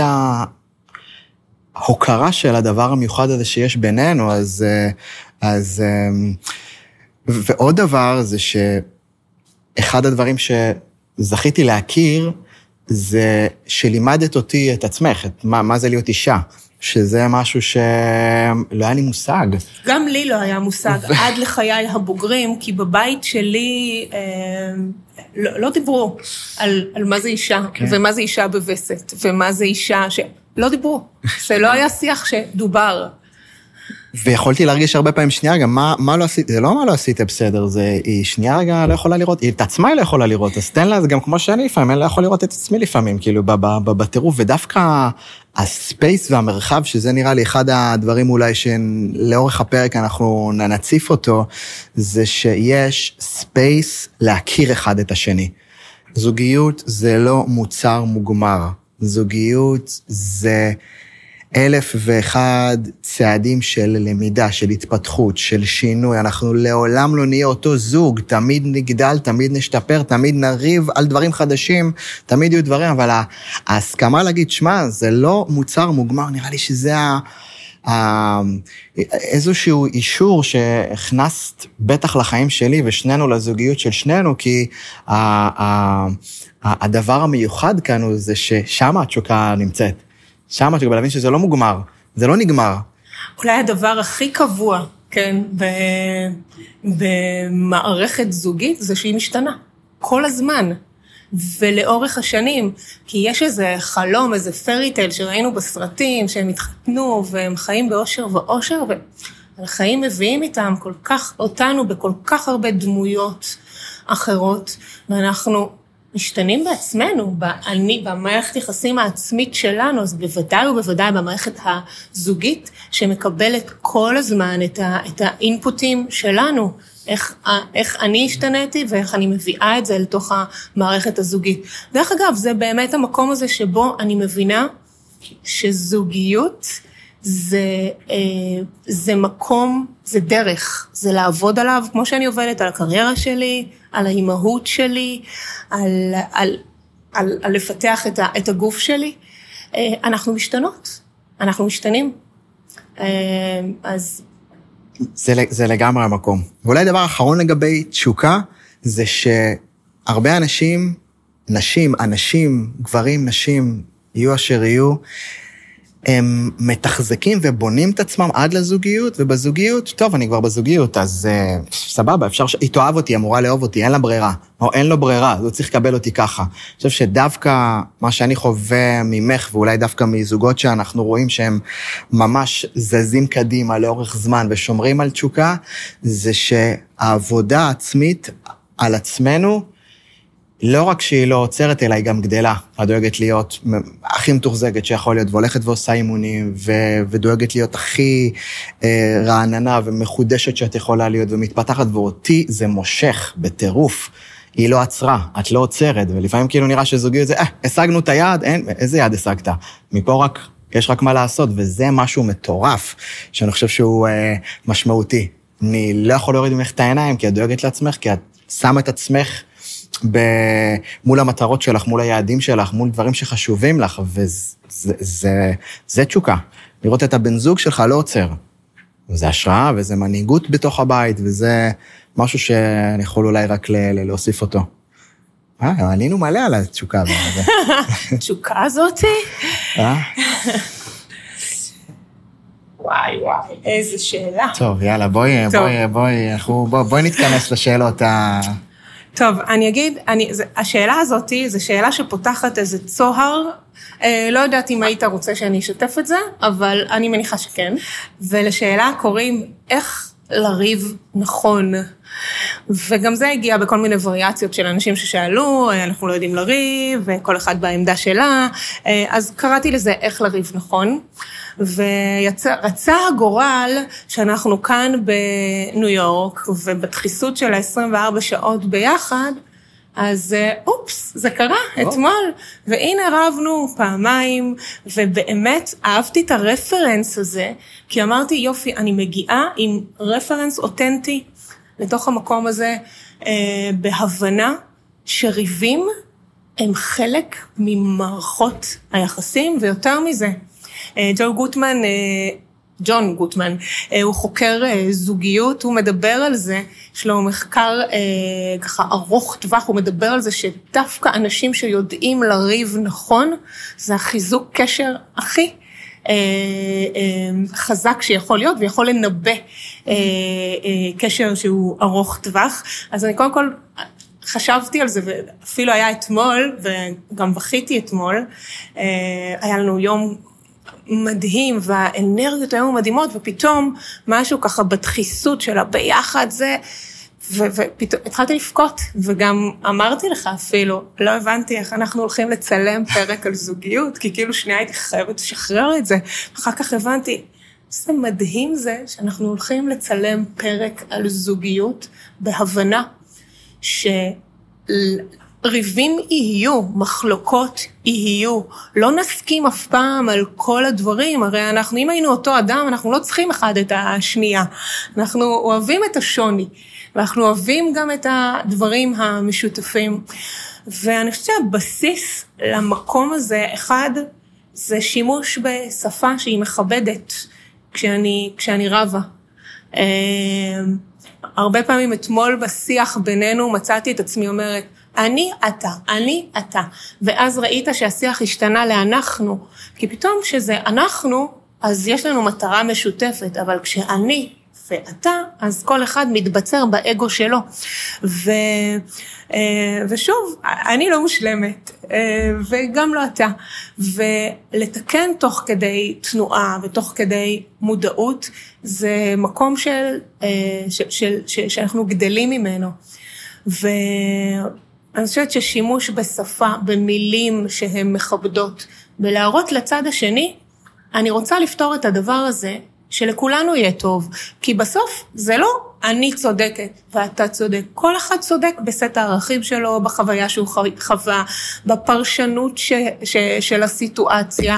ההוקרה של הדבר המיוחד הזה שיש בינינו, אז ועוד דבר זה שאחד הדברים שזכיתי להכיר, זה שלימדת אותי את עצמך, מה זה להיות אישה, שזה משהו שלא היה לי מושג. גם לי לא היה מושג, עד לחיי הבוגרים, כי בבית שלי לא דיברו על מה זה אישה, ומה זה אישה בווסת, ומה זה אישה לא דיברו, זה לא היה שיח שדובר. ויכולתי להרגיש הרבה פעמים שנייה, גם מה לא עשית, זה לא מה לא עשית בסדר, זה היא שנייה רגע לא יכולה לראות, היא את עצמה היא לא יכולה לראות, אז תן לה, זה גם כמו שאני לפעמים, אני לא יכול לראות את עצמי לפעמים, כאילו בטירוף, ודווקא הספייס והמרחב, שזה נראה לי אחד הדברים אולי שלאורך הפרק אנחנו נציף אותו, זה שיש ספייס להכיר אחד את השני. זוגיות זה לא מוצר מוגמר, זוגיות זה 1,001 צעדים של למידה, של התפתחות, של שינוי, אנחנו לעולם לא נהיה אותו זוג, תמיד נגדל, תמיד נשתפר, תמיד נריב על דברים חדשים, תמיד יהיו דברים, אבל ההסכמה להגיד, שמה, זה לא מוצר מוגמר, נראה לי שזה איזשהו אישור שהכנסת בטח לחיים שלי ושנינו לזוגיות של שנינו, כי הדבר המיוחד כאן הוא זה ששם התשוקה נמצאת. שם התשוקה, בלהבין שזה לא מוגמר, זה לא נגמר. אולי הדבר הכי קבוע, כן, במערכת זוגית זה שהיא משתנה. כל הזמן. ולאורך השנים, כי יש איזה חלום, איזה פריטייל שראינו בסרטים, שהם התחתנו והם חיים באושר ואושר, והחיים מביאים איתם אותנו בכל כך הרבה דמויות אחרות, ואנחנו משתנים בעצמנו, במערכת יחסים העצמית שלנו, אז בוודאי ובוודאי במערכת הזוגית, שמקבלת כל הזמן את האינפוטים שלנו, איך אני השתניתי ואיך אני מביאה את זה לתוך המערכת הזוגית. דרך אגב, זה באמת המקום הזה שבו אני מבינה שזוגיות זה מקום, זה דרך, זה לעבוד עליו, כמו שאני עובדת על הקריירה שלי, על האימהות שלי, על לפתח את הגוף שלי. אנחנו משתנות, אנחנו משתנים. אז זה לגמרי המקום. ואולי דבר אחרון לגבי תשוקה, זה שהרבה אנשים, אנשים, גברים, נשים, יהיו אשר יהיו, הם מתחזקים ובונים את עצמם עד לזוגיות, ובזוגיות, טוב, אני כבר בזוגיות, אז סבבה, אפשר, היא תאהב אותי, אמורה לאהוב אותי, אין לה ברירה, או אין לו ברירה, לא צריך לקבל אותי ככה. אני חושב שדווקא מה שאני חווה ממך, ואולי דווקא מזוגות שאנחנו רואים שהם ממש זזים קדימה לאורך זמן, ושומרים על תשוקה, זה שהעבודה העצמית על עצמנו, לא רק שהיא לא עוצרת, אלא היא גם גדלה. הדואגת להיות הכי מתוחזקת שיכול להיות, והולכת ועושה אימונים, ודואגת להיות הכי רעננה ומחודשת שאת יכולה להיות, ומתפתחת, ואותי זה מושך בטירוף. היא לא עצרה, את לא עוצרת, ולפעמים כאילו נראה שזוגיות זה, השגנו את היעד, איזה יעד השגת? מפה יש רק מה לעשות, וזה משהו מטורף, שאני חושב שהוא משמעותי. אני לא יכול להוריד ממך את העיניים, כי את דואגת לעצמך, כי את שמה את עצמך, מול המטרות שלך, מול היעדים שלך, מול דברים שחשובים לך, וזה תשוקה. לראות את הבן זוג שלך לא עוצר. וזה השראה, וזה מנהיגות בתוך הבית, וזה משהו שאני יכול אולי רק להוסיף אותו. עלינו מלא על התשוקה. תשוקה הזאתי? וואי, איזה שאלה. טוב, יאללה, בואי נתכנס לשאלות טוב, אני אגיד, השאלה הזאת, זו שאלה שפותחת איזה צוהר, לא יודעת אם היית רוצה שאני אשתף את זה, אבל אני מניחה שכן, ולשאלה קוראים איך לריב נכון, וגם זה הגיע בכל מיני וריאציות של אנשים ששאלו, אנחנו לא יודעים לריב, וכל אחד בעמדה שלה, אז קראתי לזה איך לריב נכון, ורצה הגורל שאנחנו כאן בניו יורק, ובדחיסות של 24 שעות ביחד, אז אופס, זה קרה אתמול, והנה רבנו פעמיים, ובאמת אהבתי את הרפרנס הזה, כי אמרתי יופי, אני מגיעה עם רפרנס אותנטי, לתוך המקום הזה, בהבנה שריבים הם חלק ממערכות היחסים, ויותר מזה, ג'ון גוטמן, הוא חוקר זוגיות, הוא מדבר על זה, יש לו מחקר ככה ארוך טווח, הוא מדבר על זה שדווקא אנשים שיודעים לריב נכון, זה החיזוק קשר הכי חזק שיכול להיות, ויכול לנבא קשר שהוא ארוך טווח. אז אני קודם כל חשבתי על זה, ואפילו היה אתמול, וגם בכיתי אתמול, היה לנו יום מדהים, והאנרגיות היו מדהימות, ופתאום משהו ככה בדחיסות שלה ביחד זה, ופתאום התחלתי לפקוט, וגם אמרתי לך אפילו, לא הבנתי איך אנחנו הולכים לצלם פרק על זוגיות, כי כאילו שנייה הייתי חייבת לשחרר את זה, אחר כך הבנתי, זה מדהים זה, שאנחנו הולכים לצלם פרק על זוגיות, בהבנה ריבים יהיו, מחלוקות יהיו, לא נסכים אף פעם על כל הדברים, הרי אנחנו, אם היינו אותו אדם, אנחנו לא צריכים אחד את השנייה, אנחנו אוהבים את השוני, ואנחנו אוהבים גם את הדברים המשותפים, ואני חושבת שהבסיס למקום הזה, אחד, זה שימוש בשפה שהיא מכבדת, כשאני רבה. הרבה פעמים אתמול בשיח בינינו מצאתי את עצמי אומרת, אני אתה, ואז ראית שהשיח השתנה לאנחנו, כי פתאום שזה אנחנו, אז יש לנו מטרה משותפת, אבל כשאני ואתה, אז כל אחד מתבצר באגו שלו, ושוב, אני לא מושלמת, וגם לא אתה, ולתקן תוך כדי תנועה, ותוך כדי מודעות, זה מקום שאנחנו גדלים ממנו, אני חושבת ששימוש בשפה, במילים שהן מכבדות, ולהראות לצד השני, אני רוצה לפתור את הדבר הזה, שלכולנו יהיה טוב, כי בסוף זה לא אני צודקת ואתה צודק, כל אחד צודק בסט הערכים שלו, בחוויה שהוא חווה, בפרשנות של הסיטואציה,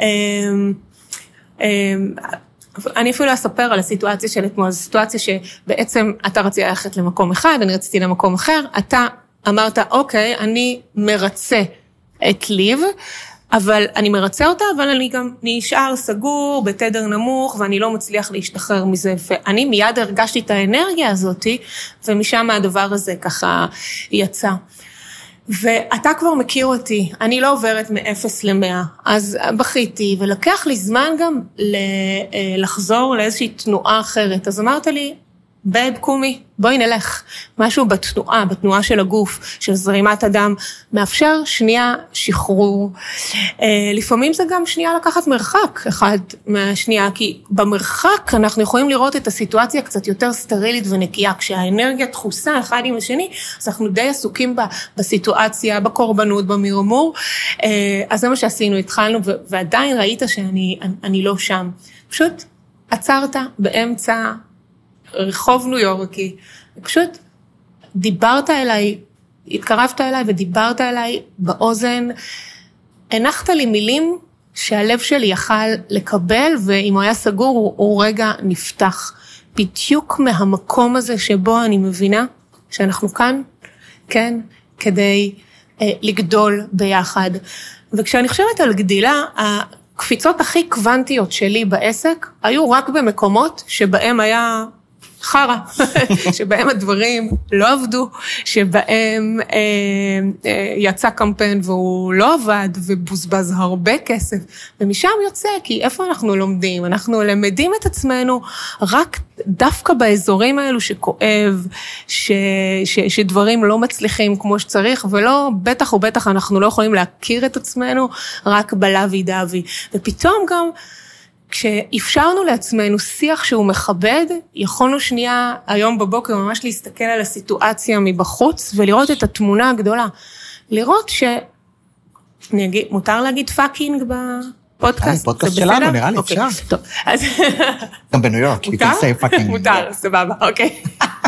אני אפילו אספר על הסיטואציה של אתמול, זו סיטואציה שבעצם אתה רצית ללכת למקום אחד, אני רציתי למקום אחר, אתה אמרת, אוקיי, אני מרצה את ליב, אבל אני מרצה אותה, אבל אני גם נשאר סגור בתדר נמוך, ואני לא מצליח להשתחרר מזה, ואני מיד הרגשתי את האנרגיה הזאת, ומשם הדבר הזה ככה יצא. ואתה כבר מכיר אותי, אני לא עוברת מ-0 ל-100, אז בכיתי, ולקח לי זמן גם לחזור לאיזושהי תנועה אחרת, אז אמרת לי, בב קומי, בואי נלך, משהו בתנועה של הגוף, של זרימת הדם, מאפשר שנייה שחרור, לפעמים זה גם שנייה לקחת מרחק אחד מהשנייה, כי במרחק אנחנו יכולים לראות את הסיטואציה קצת יותר סטרילית ונקייה, כשהאנרגיה תחוסה אחד עם השני, אז אנחנו די עסוקים בסיטואציה, בקורבנות, במרמור, אז זה מה שעשינו, התחלנו, ועדיין ראית שאני לא שם, פשוט עצרת באמצע, רחוב ניו יורקי, פשוט דיברת אליי, התקרבת אליי ודיברת אליי באוזן, הנחת לי מילים שהלב שלי יכל לקבל, ואם הוא היה סגור, הוא רגע נפתח, בדיוק מהמקום הזה שבו אני מבינה שאנחנו כאן, כן, כדי לגדול ביחד. וכשאני חושבת על גדילה, הקפיצות הכי קוונטיות שלי בעסק, היו רק במקומות שבהם היה חרה, שבהם הדברים לא עבדו, שבהם יצא קמפיין והוא לא עבד, ובוזבז הרבה כסף, ומשם יוצא, כי איפה אנחנו לומדים? אנחנו למדים את עצמנו רק דווקא באזורים האלו שכואב, שדברים לא מצליחים כמו שצריך, ולא, בטח ובטח אנחנו לא יכולים להכיר את עצמנו, רק בלוי דווי. ופתאום גם, כשאפשרנו לעצמנו שיח שהוא מכבד, יכולנו שנייה היום בבוקר ממש להסתכל על הסיטואציה מבחוץ, ולראות את התמונה הגדולה. לראות מותר להגיד פאקינג בפודקאסט? פודקאסט שלנו, נראה לי, אפשר. טוב, אז גם בניו יורק, you can say fucking. מותר, סבבה, אוקיי.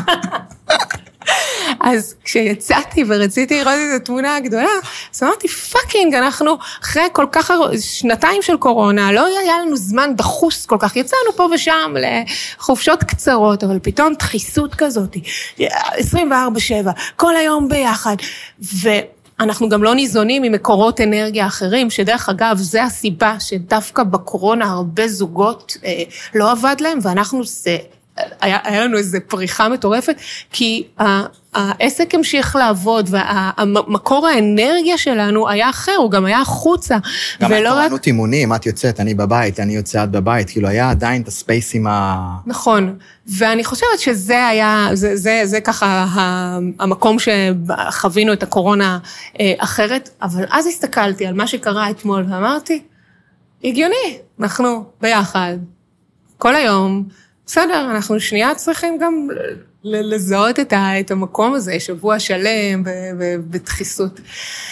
אז כשיצאתי ורציתי לראות את התמונה הגדולה, אז אמרתי, פאקינג, אנחנו אחרי כל כך שנתיים של קורונה, לא היה לנו זמן דחוס כל כך, יצאנו פה ושם לחופשות קצרות, אבל פתאום דחיסות כזאת, 24/7, כל היום ביחד, אנחנו גם לא ניזונים ממקורות אנרגיה אחרים, שדרך אגב, זה הסיבה שדווקא בקורונה הרבה זוגות לא עבד להם, ואנחנו היה לנו איזו פריחה מטורפת, כי העסק המשיך לעבוד, והמקור האנרגיה שלנו היה אחר, הוא גם היה החוצה. גם היה תורנות אימונים, את יוצאת, אני בבית, אני יוצאת בבית, כאילו היה עדיין את הספייסים נכון, ואני חושבת שזה היה, זה ככה המקום שחווינו את הקורונה אחרת, אבל אז הסתכלתי על מה שקרה אתמול, ואמרתי, הגיוני, אנחנו ביחד, כל היום, בסדר, אנחנו שנייה צריכים גם לזהות את המקום הזה, שבוע שלם ובדחיסות.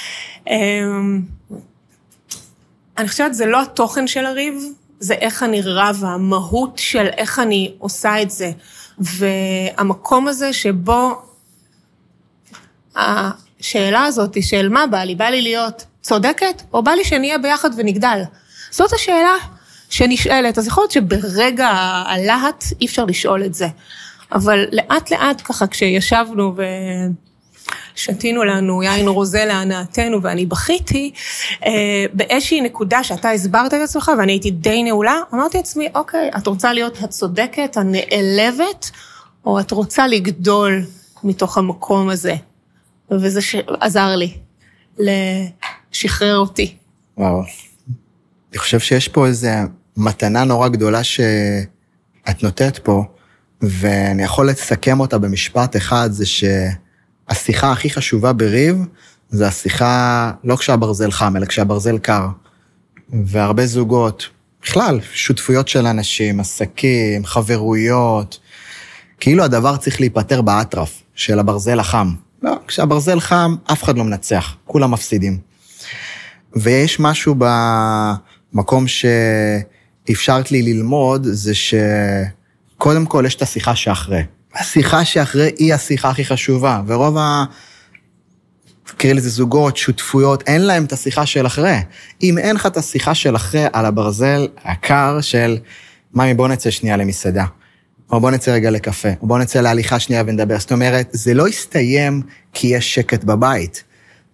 אני חושבת, זה לא התוכן של הריב, זה איך אני רבה, המהות של איך אני עושה את זה, והמקום הזה שבו השאלה הזאת של מה בא לי? בא לי להיות צודקת, או בא לי שנהיה ביחד ונגדל? זאת השאלה שנשאלת, אז יכול להיות שברגע הלהט אי אפשר לשאול את זה, אבל לאט לאט ככה כשישבנו ושתינו לנו יין רוזה להנאתנו ואני בכיתי, באיזושהי נקודה שאתה הסברת את עצמך ואני הייתי די נעולה, אמרתי לעצמי, אוקיי, את רוצה להיות הצודקת, הנעלבת, או את רוצה לגדול מתוך המקום הזה, וזה עזר לי לשחרר אותי. וואו. אני חושב שיש פה איזו מתנה נורא גדולה שאת נותנת פה, ואני יכול לסכם אותה במשפט אחד, זה שהשיחה הכי חשובה בריב, זה השיחה לא כשהברזל חם, אלא כשהברזל קר. והרבה זוגות, בכלל, שותפויות של אנשים, עסקים, חברויות, כאילו הדבר צריך להיפטר באטרף של הברזל החם. לא, כשהברזל חם, אף אחד לא מנצח, כולם מפסידים. ויש משהו במקום שאפשרת לי ללמוד, זה שקודם כל יש את השיחה שאחרי. השיחה שאחרי היא השיחה הכי חשובה, ורוב תקראי לזה זוגות, שותפויות, אין להם את השיחה של אחרי. אם אין לך את השיחה של אחרי על הברזל הקר של, מאמי בוא נצא שנייה למסעדה, או בוא נצא רגע לקפה, או בוא נצא להליכה שנייה ונדבר. זאת אומרת, זה לא יסתיים כי יש שקט בבית.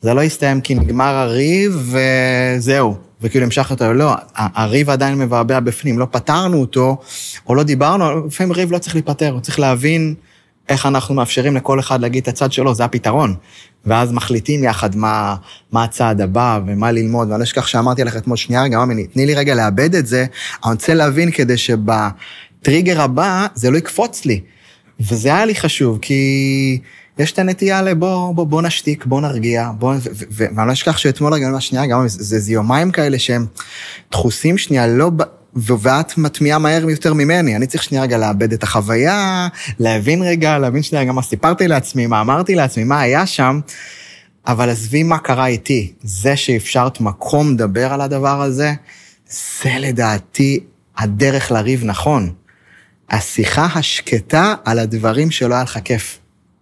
זה לא יסתיים כי נגמר הריב וזהו, וכאילו המשך אותו, לא, הריב עדיין מבעבע בפנים, לא פתרנו אותו, או לא דיברנו, לפעמים ריב לא צריך להיפטר, הוא צריך להבין איך אנחנו מאפשרים לכל אחד להגיד את הצד שלו, זה הפתרון. ואז מחליטים יחד מה הצעד הבא ומה ללמוד, ואני לא אשכח שאמרתי לך אתמול שנייה רגע, ממני, תני לי רגע לאבד את זה, אני רוצה להבין כדי שבטריגר הבא זה לא יקפוץ לי. וזה היה לי חשוב, כי יש את הנטייה בוא נשתיק, בוא נרגיע, ואני לא אשכח שאתמול רגע, שנייה, גם זה יומיים כאלה שהם דחוסים שנייה, לא ואת מטמיעה מהר יותר ממני, אני צריך שנייה רגע לאבד את החוויה, להבין שנייה גם מה סיפרתי לעצמי, מה אמרתי לעצמי, מה היה שם, אבל עזבי מה קרה איתי, זה שאפשרת מקום לדבר על הדבר הזה, זה לדעתי הדרך לריב נכון. השיחה השקטה על הדברים שלא היה לך כיף.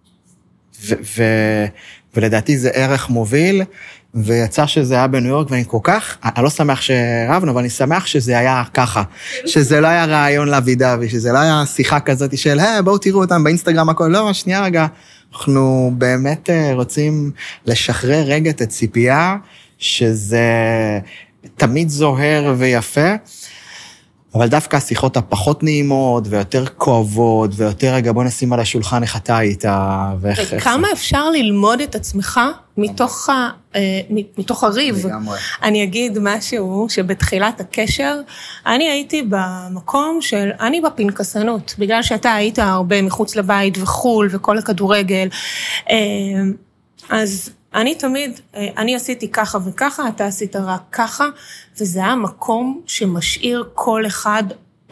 ולדעתי זה ערך מוביל, ויצא שזה היה בניו יורק, ואני כל כך, אני לא שמח שרבנו, אבל אני שמח שזה היה ככה, שזה לא היה רעיון לוידה, ושזה לא היה שיחה כזאת של, בואו תראו אותם באינסטגרם הכל, לא, שנייה רגע, אנחנו באמת רוצים לשחרר רגע את הציפייה, שזה תמיד זוהר ויפה, אבל דווקא השיחות הפחות נעימות, ויותר כואבות, ויותר רגע בוא נשים על השולחן איך אתה היית, וכמה אפשר ללמוד את עצמך מתוך הריב. אני אגיד משהו שבתחילת הקשר, אני הייתי במקום של, אני בפנקסנות, בגלל שאתה היית הרבה מחוץ לבית וחול וכל הכדורגל, אז אני תמיד, אני עשיתי ככה וככה, אתה עשית רק ככה, וזה היה מקום שמשאיר כל אחד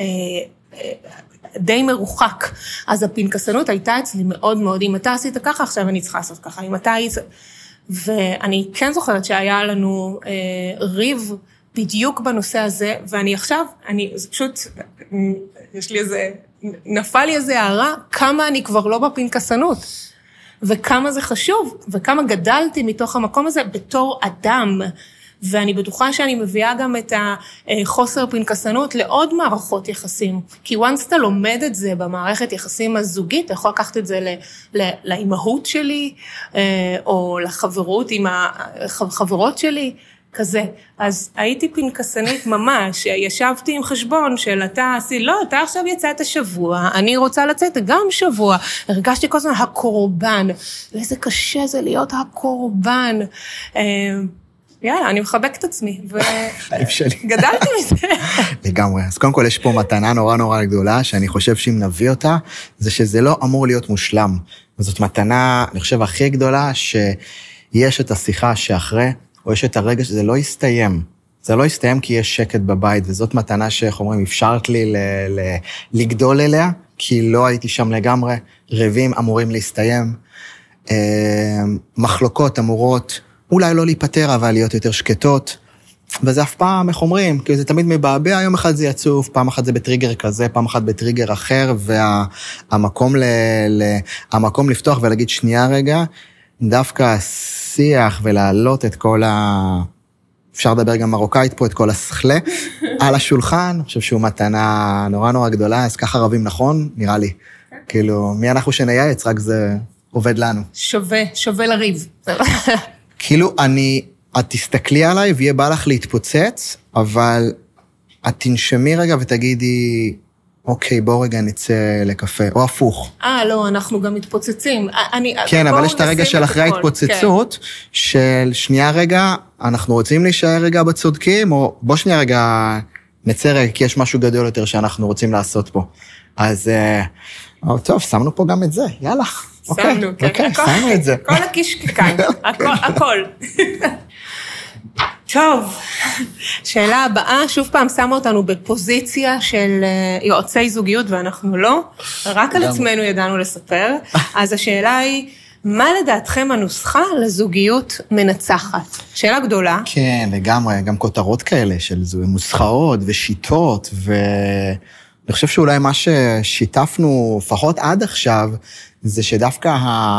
די מרוחק. אז הפנקסנות הייתה אצלי מאוד מאוד, אם אתה עשית ככה, עכשיו אני צריכה לעשות ככה, אם אתה היית... ואני כן זוכרת שהיה לנו ריב בדיוק בנושא הזה, ואני עכשיו, זה פשוט, יש לי איזה, נפל לי איזה הערה, כמה אני כבר לא בפנקסנות. וכמה זה חשוב, וכמה גדלתי מתוך המקום הזה בתור אדם, ואני בטוחה שאני מביאה גם את החוסר פנקסנות לעוד מערכות יחסים, כי once אתה לומד את זה במערכת יחסים הזוגית, אתה יכול לקחת את זה לאימהות שלי, או לחברות עם החברות שלי, כזה. אז הייתי פנקסנית ממש, ישבתי עם חשבון של אתה עכשיו יצאת שבוע, אני רוצה לצאת גם שבוע, הרגשתי כל הזמן הקורבן, ואיזה קשה זה להיות הקורבן, יאללה, אני מחבק את עצמי, וגדלתי מזה. לגמרי, אז קודם כל יש פה מתנה נורא נורא גדולה, שאני חושב שאם נביא אותה, זה שזה לא אמור להיות מושלם, וזאת מתנה, אני חושב, הכי גדולה, שיש את השיחה שאחרי, או יש את הרגע שזה לא יסתיים. זה לא יסתיים כי יש שקט בבית, וזאת מתנה שאיך אומרים, אפשרת לי לגדול אליה, כי לא הייתי שם לגמרי, רבים אמורים להסתיים, מחלוקות אמורות, אולי לא להיפטר, אבל להיות יותר שקטות, וזה אף פעם, איך אומרים, כי זה תמיד מבעבע, יום אחד זה יצוף, פעם אחת זה בטריגר כזה, פעם אחת בטריגר אחר, והמקום לפתוח ולהגיד שנייה רגע, דווקא השיח ולהעלות את כל אפשר לדבר גם מרוקאית פה, את כל השכלה, על השולחן, אני חושב שהוא מתנה נורא נורא גדולה, אז ככה רבים נכון, נראה לי. כאילו, מי אנחנו שנייעץ, רק זה עובד לנו. שווה לריב. כאילו, את תסתכלי עליי ויהיה בא לך להתפוצץ, אבל את תנשמי רגע ותגידי, אוקיי, בואו רגע נצא לקפה, או הפוך. לא, אנחנו גם מתפוצצים. כן, אבל יש את הרגע של אחרי ההתפוצצות, של שנייה רגע, אנחנו רוצים להישאר רגע בצודקים, או בוא שנייה רגע נצא רגע, כי יש משהו גדול יותר שאנחנו רוצים לעשות פה. אז, טוב, שמנו פה גם את זה, יאללה. שמנו, כן. שמנו את זה. כל הקשקקן, הכל. טוב, שאלה הבאה, שוב פעם שמה אותנו בפוזיציה של יועצי זוגיות, ואנחנו לא, רק על עצמנו ידענו לספר, אז השאלה היא, מה לדעתכם הנוסחה לזוגיות מנצחת? שאלה גדולה. כן, לגמרי, גם כותרות כאלה של נוסחאות ושיטות, ואני חושב שאולי מה ששיתפנו, לפחות עד עכשיו, זה שדווקא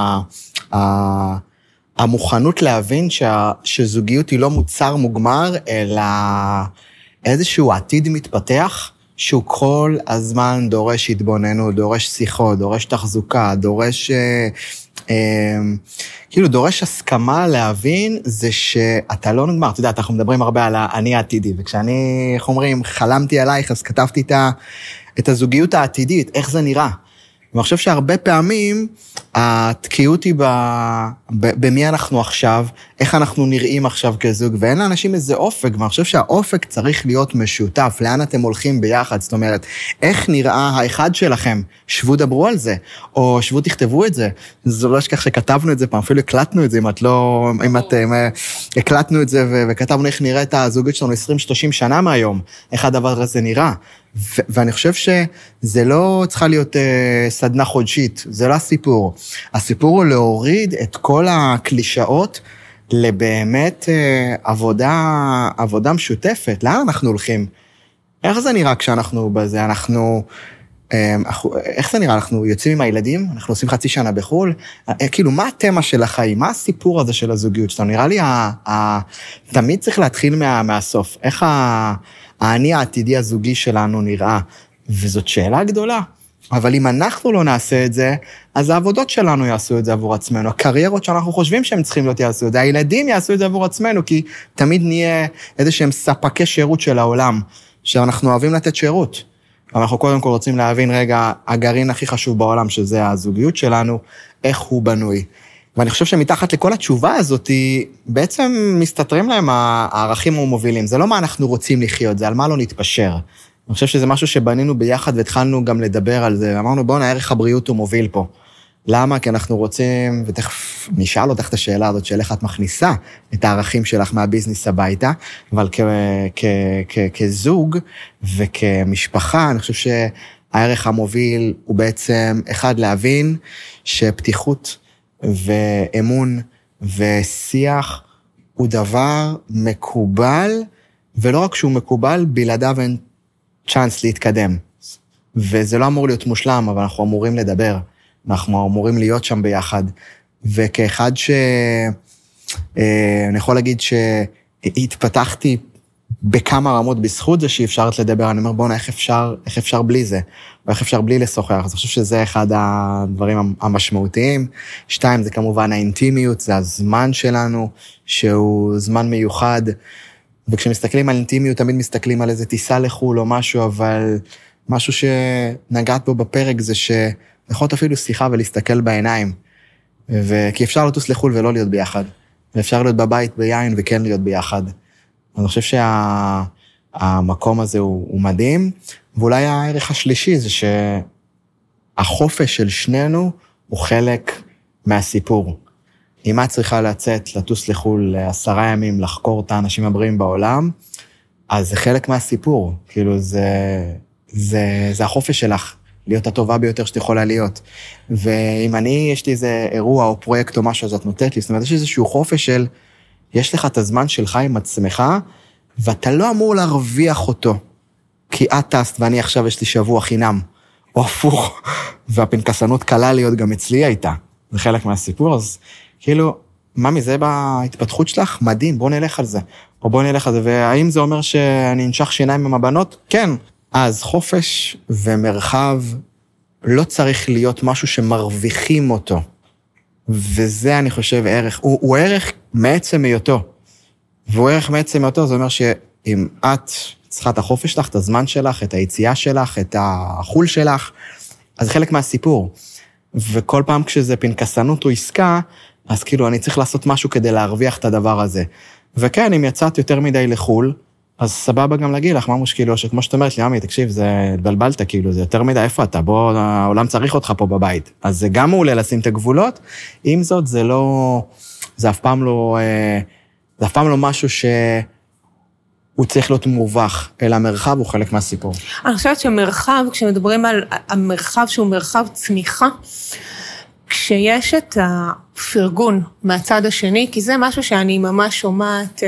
המוכנות להבין שזוגיות היא לא מוצר מוגמר, אלא איזשהו עתיד מתפתח, שהוא כל הזמן דורש התבוננות, דורש שיחות, דורש תחזוקה, דורש כאילו דורש הסכמה להבין, זה שאתה לא נגמר, אתה יודע, אנחנו מדברים הרבה על אני העתידי, וכשאני, איך אומרים, חלמתי עלייך, אז כתבתי את הזוגיות העתידית, איך זה נראה. ואני חושב שהרבה פעמים, התקיעות היא במי אנחנו עכשיו, איך אנחנו נראים עכשיו כזוג, ואין לאנשים איזה אופק, ואני חושב שהאופק צריך להיות משותף, לאן אתם הולכים ביחד, זאת אומרת, איך נראה האחד שלכם, שבו דברו על זה, או שבו תכתבו את זה, זה לא שכך שכתבנו את זה פעם, אפילו הקלטנו את זה, אם הקלטנו את זה, וכתבנו איך נראה את הזוגיות שלנו 20-30 שנה מהיום, איך הדבר הזה נראה, ואני חושב שזה לא צריכה להיות סדנה חודשית, זה לא הסיפור. הסיפור הוא להוריד את כל הקלישאות לבאמת עבודה משותפת. לאן אנחנו הולכים? איך זה נראה כשאנחנו בזה? איך זה נראה? אנחנו יוצאים עם הילדים, אנחנו עושים חצי שנה בחול, כאילו מה התמה של החיים? מה הסיפור הזה של הזוגיות שלנו? נראה לי, תמיד צריך להתחיל מהסוף. איך האני העתידי הזוגי שלנו נראה? וזאת שאלה גדולה. אבל אם אנחנו לא נעשה את זה, אז העבודות שלנו יעשו את זה עבור עצמנו, הקריירות שאנחנו חושבים שהם צריכים להיות יעשו את זה, הילדים יעשו את זה עבור עצמנו, כי תמיד נהיה איזשהם ספקי שירות של העולם, שאנחנו אוהבים לתת שירות. אבל אנחנו קודם כל רוצים להבין רגע, הגרעין הכי חשוב בעולם, שזה הזוגיות שלנו, איך הוא בנוי. ואני חושב שמתחת לכל התשובה הזאת, בעצם מסתתרים להם הערכים המובילים. זה לא מה אנחנו רוצים לחיות, זה על מה לא נתפשר. אני חושב שזה משהו שבנינו ביחד, והתחלנו גם לדבר על זה, ואמרנו, בואו ערך הבריאות הוא מוביל פה. למה? כי אנחנו רוצים, ותכף נשאל אותך את השאלה הזאת, של איך את מכניסה את הערכים שלך מהביזנס הביתה, אבל כזוג וכמשפחה, אני חושב שהערך המוביל הוא בעצם, אחד, להבין שפתיחות ואמון ושיח הוא דבר מקובל, ולא רק שהוא מקובל, בלעדיו אין צ'אנס להתקדם. וזה לא אמור להיות מושלם, אבל אנחנו אמורים לדבר. אנחנו אמורים להיות שם ביחד. וכאחד אני יכול להגיד שהתפתחתי בכמה רמות בזכות זה שאפשרת לדבר. אני אומר, בואו, איך אפשר בלי זה? ואיך אפשר בלי לשוחח? אז אני חושב שזה אחד הדברים המשמעותיים. 2, זה כמובן האינטימיות, זה הזמן שלנו, שהוא זמן מיוחד. וכשמסתכלים על אינטימיות, תמיד מסתכלים על איזה טיסה לחול או משהו, אבל משהו שנגעת בו בפרק זה שיכול אפילו שיחה ולהסתכל בעיניים. כי אפשר לטוס לחול ולא להיות ביחד. ואפשר להיות בבית ביין וכן להיות ביחד. אני חושב שהמקום הזה הוא מדהים, ואולי הערך השלישי זה שהחופש של שנינו הוא חלק מהסיפור. אם את צריכה לצאת, לטוס לחול 10 ימים, לחקור את האנשים הבריאים בעולם, אז זה חלק מהסיפור. כאילו זה החופש שלך, להיות הטובה ביותר שאת יכולה להיות. ואם יש לי איזה אירוע או פרויקט או משהו, אז את נותנת לי, זאת אומרת, יש איזשהו חופש של, יש לך את הזמן שלך עם עצמך, ואתה לא אמור להרוויח אותו, כי את טסת ואני עכשיו יש לי שבוע חינם, או הפוך, והפנקסנות קלה להיות גם אצלי הייתה. זה חלק מהסיפור, אז כאילו, מה מזה בהתפתחות שלך? מדהים, בוא נלך על זה. או בוא נלך על זה, והאם זה אומר שאני ננשך שיניים עם הבנות? כן. אז חופש ומרחב לא צריך להיות משהו שמרוויחים אותו. וזה אני חושב ערך, הוא ערך מעצם היותו. והוא ערך מעצם היותו, זה אומר שאם את צריכה את החופש שלך, את הזמן שלך, את היציאה שלך, את החול שלך, אז זה חלק מהסיפור. וכל פעם כשזה פנקסנות או עסקה, אז כאילו אני צריך לעשות משהו כדי להרוויח את הדבר הזה. וכן, אם יצאת יותר מדי לחול, אז סבבה גם להגיד לך, ממש כאילו, שכמו שאת אומרת לי, עמי, תקשיב, זה התבלבלת, כאילו, זה יותר מדי, איפה אתה? בוא, העולם צריך אותך פה בבית. אז זה גם מעולה לשים את הגבולות, עם זאת, זה אף פעם לא משהו שהוא צריך להיות מובך, אלא המרחב הוא חלק מהסיפור. אני חושבת שמרחב, כשמדברים על המרחב שהוא מרחב צמיחה, כשיש את הפרגון מהצד השני, כי זה משהו שאני ממש שומעת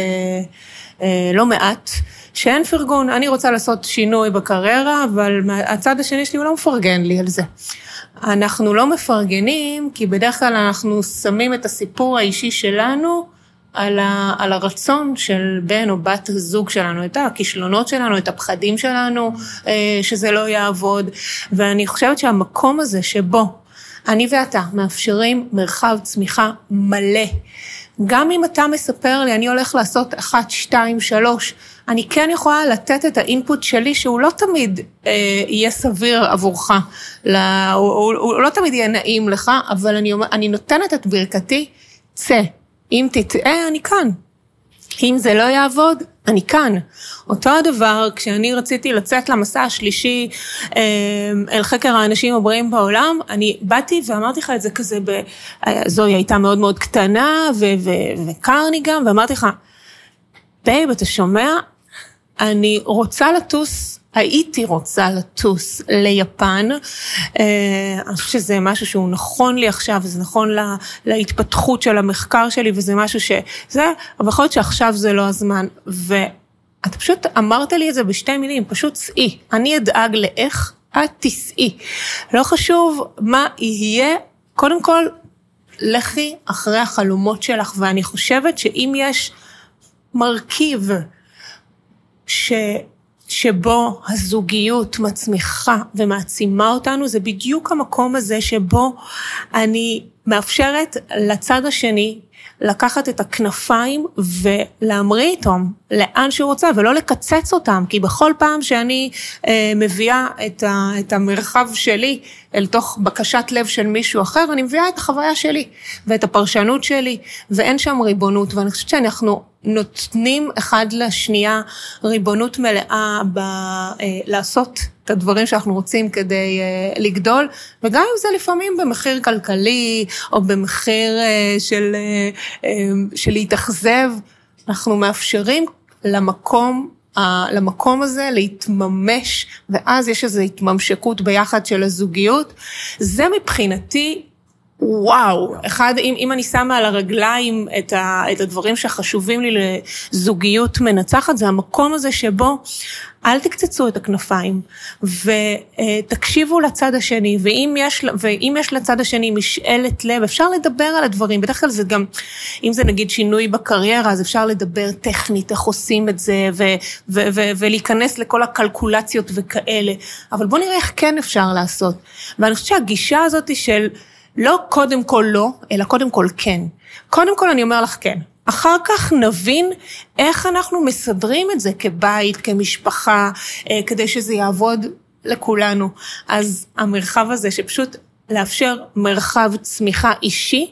לא מעט, שאין פרגון, אני רוצה לעשות שינוי בקריירה, אבל הצד השני שלי הוא לא מפרגן לי על זה. אנחנו לא מפרגנים, כי בדרך כלל אנחנו שמים את הסיפור האישי שלנו, על הרצון של בן או בת הזוג שלנו, את הכישלונות שלנו, את הפחדים שלנו, שזה לא יעבוד, ואני חושבת שהמקום הזה שבו אני ואתה מאפשרים מרחב צמיחה מלא. גם אם אתה מספר לי, אני הולך לעשות 1, 2, 3, אני כן יכולה לתת את האינפוט שלי, שהוא לא תמיד יהיה סביר עבורך, הוא לא תמיד יהיה נעים לך, אבל אני נותנת את ברכתי, צא, אם תטעה, אני כאן. אם זה לא יעבוד, אני כאן. אותו הדבר, כשאני רציתי לצאת למסע השלישי אל חקר האנשים הבריאים בעולם, אני באתי ואמרתי לך את זה כזה, זוהי הייתה מאוד מאוד קטנה, וקרני גם, ואמרתי לך, בייב, אתה שומע? אני רוצה לטוס, הייתי רוצה לטוס ליפן, אני חושבת שזה משהו שהוא נכון לי עכשיו, וזה נכון להתפתחות של המחקר שלי, וזה משהו אבל יכול להיות שעכשיו זה לא הזמן, ואתה פשוט אמרת לי את זה בשתי מילים, פשוט סעי, אני אדאג לאיך את תסעי, לא חשוב מה יהיה, קודם כל, לכי אחרי החלומות שלך, ואני חושבת שאם יש מרכיב, שבו הזוגיות מצמיחה ומעצימה אותנו, זה בדיוק המקום הזה שבו אני מאפשרת לצד השני לקחת את הכנפיים ולהמריא איתם לאן שהוא רוצה, ולא לקצץ אותם, כי בכל פעם שאני מביאה את המרחב שלי אל תוך בקשת לב של מישהו אחר, אני מביאה את החוויה שלי ואת הפרשנות שלי, ואין שם ריבונות, ואני חושבת שאנחנו נותנים אחד לשנייה ריבונות מלאה לעשות את הדברים שאנחנו רוצים כדי לגדול, וגם אם זה לפעמים במחיר כלכלי, או במחיר של להתאכזב, אנחנו מאפשרים למקום הזה להתממש, ואז יש איזו התממשקות ביחד של הזוגיות. זה מבחינתי, וואו, אם אני שמה על הרגליים את הדברים שחשובים לי לזוגיות מנצחת, זה המקום הזה שבו אל תקצצו את הכנפיים, ותקשיבו לצד השני, ואם יש לצד השני משאלת לב, אפשר לדבר על הדברים, בדרך כלל זה גם, אם זה נגיד שינוי בקריירה, אז אפשר לדבר טכנית, איך עושים את זה, ולהיכנס לכל הקלקולציות וכאלה, אבל בוא נראה איך כן אפשר לעשות, ואני חושבת שהגישה הזאת היא של, לא קודם כל לא, אלא קודם כל כן. קודם כל אני אומר לך כן. אחר כך נבין איך אנחנו מסדרים את זה כבית, כמשפחה, כדי שזה יעבוד לכולנו. אז המרחב הזה שפשוט לאפשר מרחב צמיחה אישי,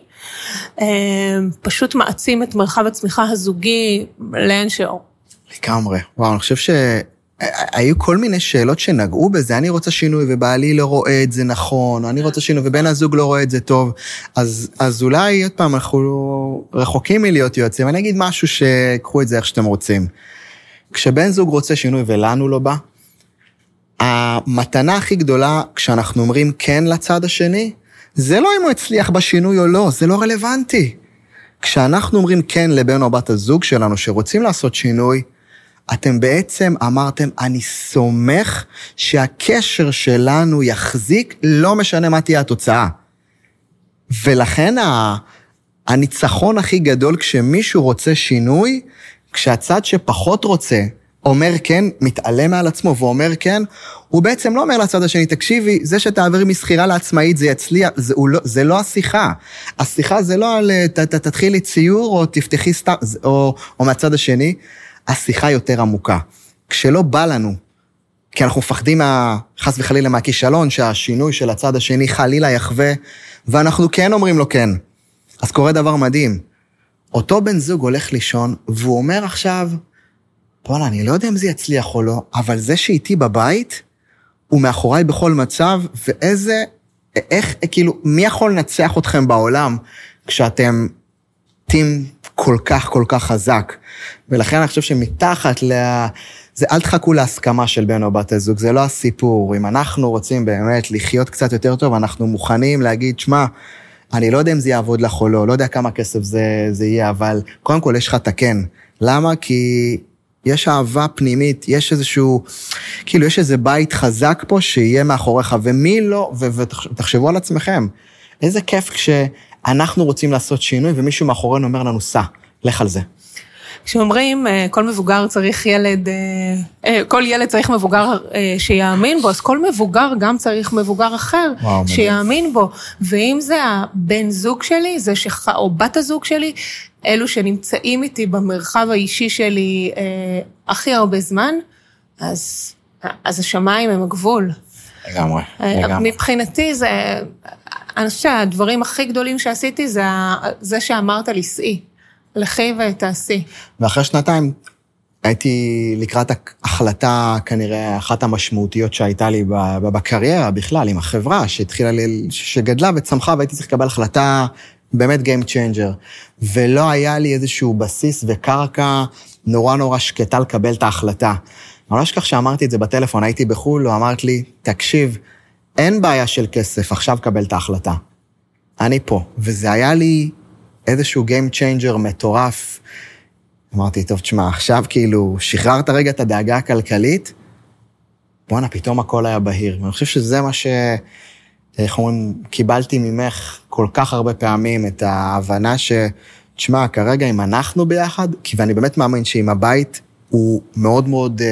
פשוט מעצים את מרחב הצמיחה הזוגי לאין שיעור. לגמרי. וואו, אני חושב היו כל מיני שאלות שנגעו בזה, אני רוצה שינוי ובעלי לא רואה את זה נכון, אני רוצה שינוי ובן הזוג לא רואה את זה טוב, אז אולי עוד פעם אנחנו רחוקים מלהיות יועצים, אני אגיד משהו שקחו את זה איך שאתם רוצים. כשבן זוג רוצה שינוי ולנו לא בא, המתנה הכי גדולה כשאנחנו אומרים כן לצד השני, זה לא אם הוא הצליח בשינוי או לא, זה לא רלוונטי. כשאנחנו אומרים כן לבן או בת הזוג שלנו שרוצים לעשות שינוי, אתם בעצם אמרתם, אני סומך שהקשר שלנו יחזיק, לא משנה מה תהיה התוצאה. ולכן הניצחון הכי גדול כשמישהו רוצה שינוי, כשהצד שפחות רוצה אומר כן, מתעלם מעל עצמו ואומר כן, הוא בעצם לא אומר לצד השני, תקשיבי, זה שתעברי מסחירה לעצמאית, זה יצליח, זה לא השיחה. השיחה זה לא על תתחילי ציור או תפתחי סתם, או מהצד השני, השיחה יותר עמוקה. כשלא בא לנו, כי אנחנו מפחדים חס וחלילה מהכישלון, שהשינוי של הצד השני חלילה יחווה, ואנחנו כן אומרים לו כן. אז קורה דבר מדהים. אותו בן זוג הולך לישון, והוא אומר עכשיו, בוא'לה, אני לא יודע אם זה יצליח או לא, אבל זה שאיתי בבית, הוא מאחוריי בכל מצב, כאילו, מי יכול לנצח אתכם בעולם, כשאתם טים כל כך חזק, ולכן אני חושב שמתחת זה אל תחכו להסכמה של בן או בת הזוג, זה לא הסיפור, אם אנחנו רוצים באמת לחיות קצת יותר טוב, אנחנו מוכנים להגיד, שמה, אני לא יודע אם זה יעבוד לך או לא, לא יודע כמה כסף זה יהיה, אבל קודם כל יש לך תקן, למה? כי יש אהבה פנימית, יש איזשהו, כאילו יש איזה בית חזק פה שיהיה מאחוריך, ומי לא, ותחשבו על עצמכם, איזה כיף כשאנחנו רוצים לעשות שינוי, ומישהו מאחורינו אומר לנו, סע, לך על זה. כשאומרים, כל מבוגר צריך ילד, כל ילד צריך מבוגר שיאמין בו, אז כל מבוגר גם צריך מבוגר אחר שיאמין בו, ואם זה הבן זוג שלי, או בת הזוג שלי, אלו שנמצאים איתי במרחב האישי שלי הכי הרבה זמן, אז השמיים הם הגבול. לגמרי. מבחינתי אני חושבת שהדברים הכי גדולים שעשיתי זה שאמרת לי סעי, לכי ותעשי. ואחרי שנתיים הייתי לקראת החלטה כנראה אחת המשמעותיות שהייתה לי בקריירה בכלל, עם החברה שגדלה וצמחה והייתי צריך לקבל החלטה באמת game changer. ולא היה לי איזשהו בסיס וקרקע נורא שקטה לקבל את ההחלטה. ממש כך שאמרתי את זה בטלפון, הייתי בחול, הוא אמרת לי, תקשיב, אין בעיה של כסף, עכשיו קבל את ההחלטה. אני פה. וזה היה לי איזשהו game changer מטורף. אמרתי, טוב, תשמע, עכשיו כאילו, שחררת רגע את הדאגה הכלכלית, בואנה, פתאום הכל היה בהיר. ואני חושב שזה מה איך אומרים, קיבלתי ממך כל כך הרבה פעמים את ההבנה תשמע, כרגע אם אנחנו ביחד, ואני באמת מאמין שאם הבית הוא מאוד מאוד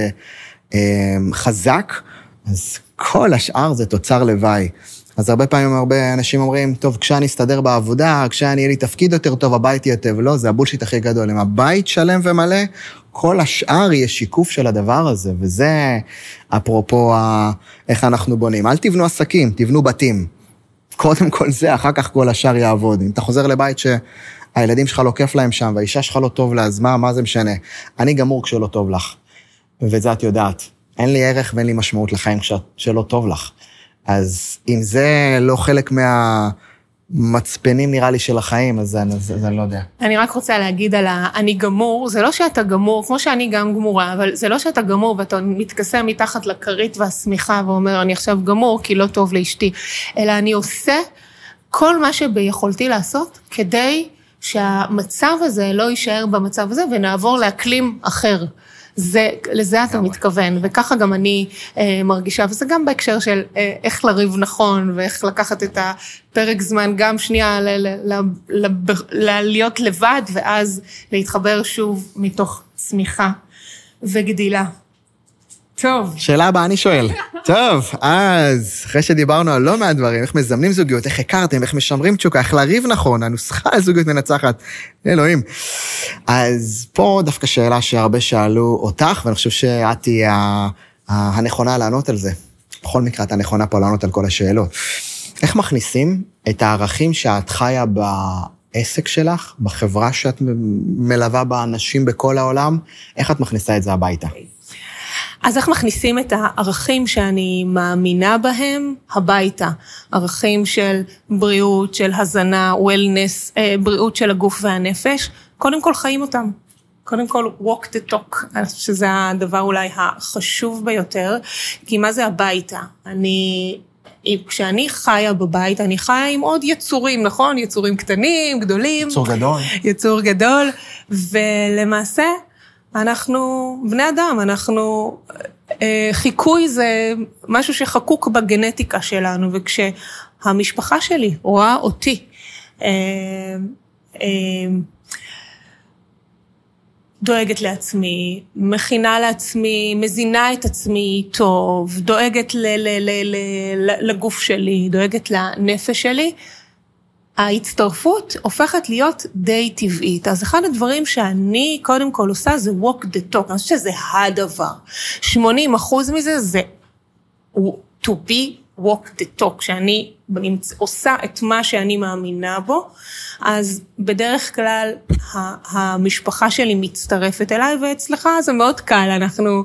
חזק, אז כל השאר זה תוצר לוואי. אז הרבה פעמים הרבה אנשים אומרים, טוב, כשאני אסתדר בעבודה, כשאני יהיה לי תפקיד יותר טוב, הבית יהיה טוב, לא, זה הבולשיט הכי גדול. אם הבית שלם ומלא, כל השאר יהיה שיקוף של הדבר הזה, וזה אפרופו איך אנחנו בונים. אל תבנו עסקים, תבנו בתים. קודם כל זה, אחר כך כל השאר יעבוד. אם אתה חוזר לבית שהילדים שלך לא כיף להם שם, והאישה שלך לא טוב לה, אז מה זה משנה? אני גמור כשלא טוב לך. וזה את יודעת. אין לי ערך ואין לי משמעות לחיים כשלא טוב לך. אז אם זה לא חלק מהמצפנים נראה לי של החיים, אז אני לא יודע. אני רק רוצה להגיד על אני גמור, זה לא שאתה גמור, כמו שאני גם גמורה, אבל זה לא שאתה גמור ואתה מתכסה מתחת לכרית והסמיכה ואומר, אני עכשיו גמור כי לא טוב לאשתי, אלא אני עושה כל מה שביכולתי לעשות כדי שהמצב הזה לא יישאר במצב הזה ונעבור לאקלים אחר. לזה אתה מתכוון, וככה גם אני מרגישה, וזה גם בהקשר של איך לריב נכון, ואיך לקחת את הפרק זמן, גם שנייה להיות לבד, ואז להתחבר שוב מתוך צמיחה וגדילה. טוב. שאלה הבאה אני שואל. טוב, אז אחרי שדיברנו על לא מעט דברים, איך מזמנים זוגיות, איך הכרתם, איך משמרים תשוקה, איך לריב נכון, הנוסחה לזוגיות מנצחת, אלוהים. אז פה דווקא שאלה שהרבה שאלו אותך, ואני חושב שאת תהיה הנכונה לענות על זה. בכל מקרה, את הנכונה פה לענות על כל השאלות. איך מכניסים את הערכים שאת חיה בעסק שלך, בחברה שאת מלווה באנשים בכל העולם, איך את מכניסה את זה הביתה? אז איך מכניסים את הערכים שאני מאמינה בהם הביתה? ערכים של בריאות, של הזנה, וולנס, בריאות של הגוף והנפש. קודם כל חיים אותם. קודם כל walk the talk, שזה הדבר אולי החשוב ביותר. כי מה זה הביתה? כשאני חיה בבית, אני חיה עם עוד יצורים, נכון? יצורים קטנים, גדולים. יצור גדול. יצור גדול, ולמעשה אנחנו בני אדם, חיקוי זה משהו שחקוק בגנטיקה שלנו, וכשהמשפחה שלי רואה אותי, דואגת לעצמי, מכינה לעצמי, מזינה את עצמי טוב, דואגת לגוף שלי, דואגת לנפש שלי, ההצטרפות הופכת להיות די טבעית. אז אחד הדברים שאני קודם כל עושה זה walk the talk. אני חושבת שזה הדבר. 80% מזה זה to be walk the talk, שאני עושה את מה שאני מאמינה בו, אז בדרך כלל המשפחה שלי מצטרפת אליי, ואצלך זה מאוד קל, אנחנו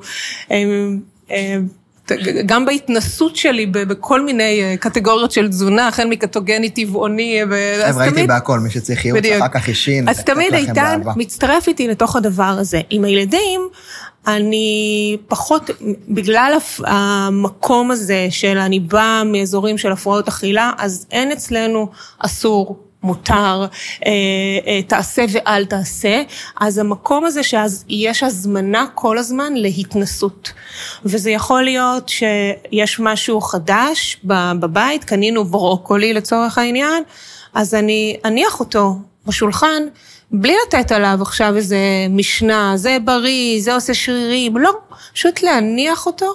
גם בהתנסות שלי בכל מיני קטגוריות של תזונה, החל מקטוגני, טבעוני, ראיתי בהכל, מי שצריך ייעוץ, אחר כך אישין. אז תמיד איתן מצטרף איתי לתוך הדבר הזה. עם הילדים, אני פחות, בגלל המקום הזה של אני באה מאזורים של הפרעות אכילה, אז אין אצלנו אסור, מותר, תעשה ואל תעשה, אז המקום הזה שיש הזמנה כל הזמן להתנסות. וזה יכול להיות שיש משהו חדש בבית, קנינו ברוקולי לצורך העניין, אז אני אניח אותו בשולחן, בלי לתת עליו עכשיו איזה משנה, זה בריא, זה עושה שרירים, לא, פשוט להניח אותו,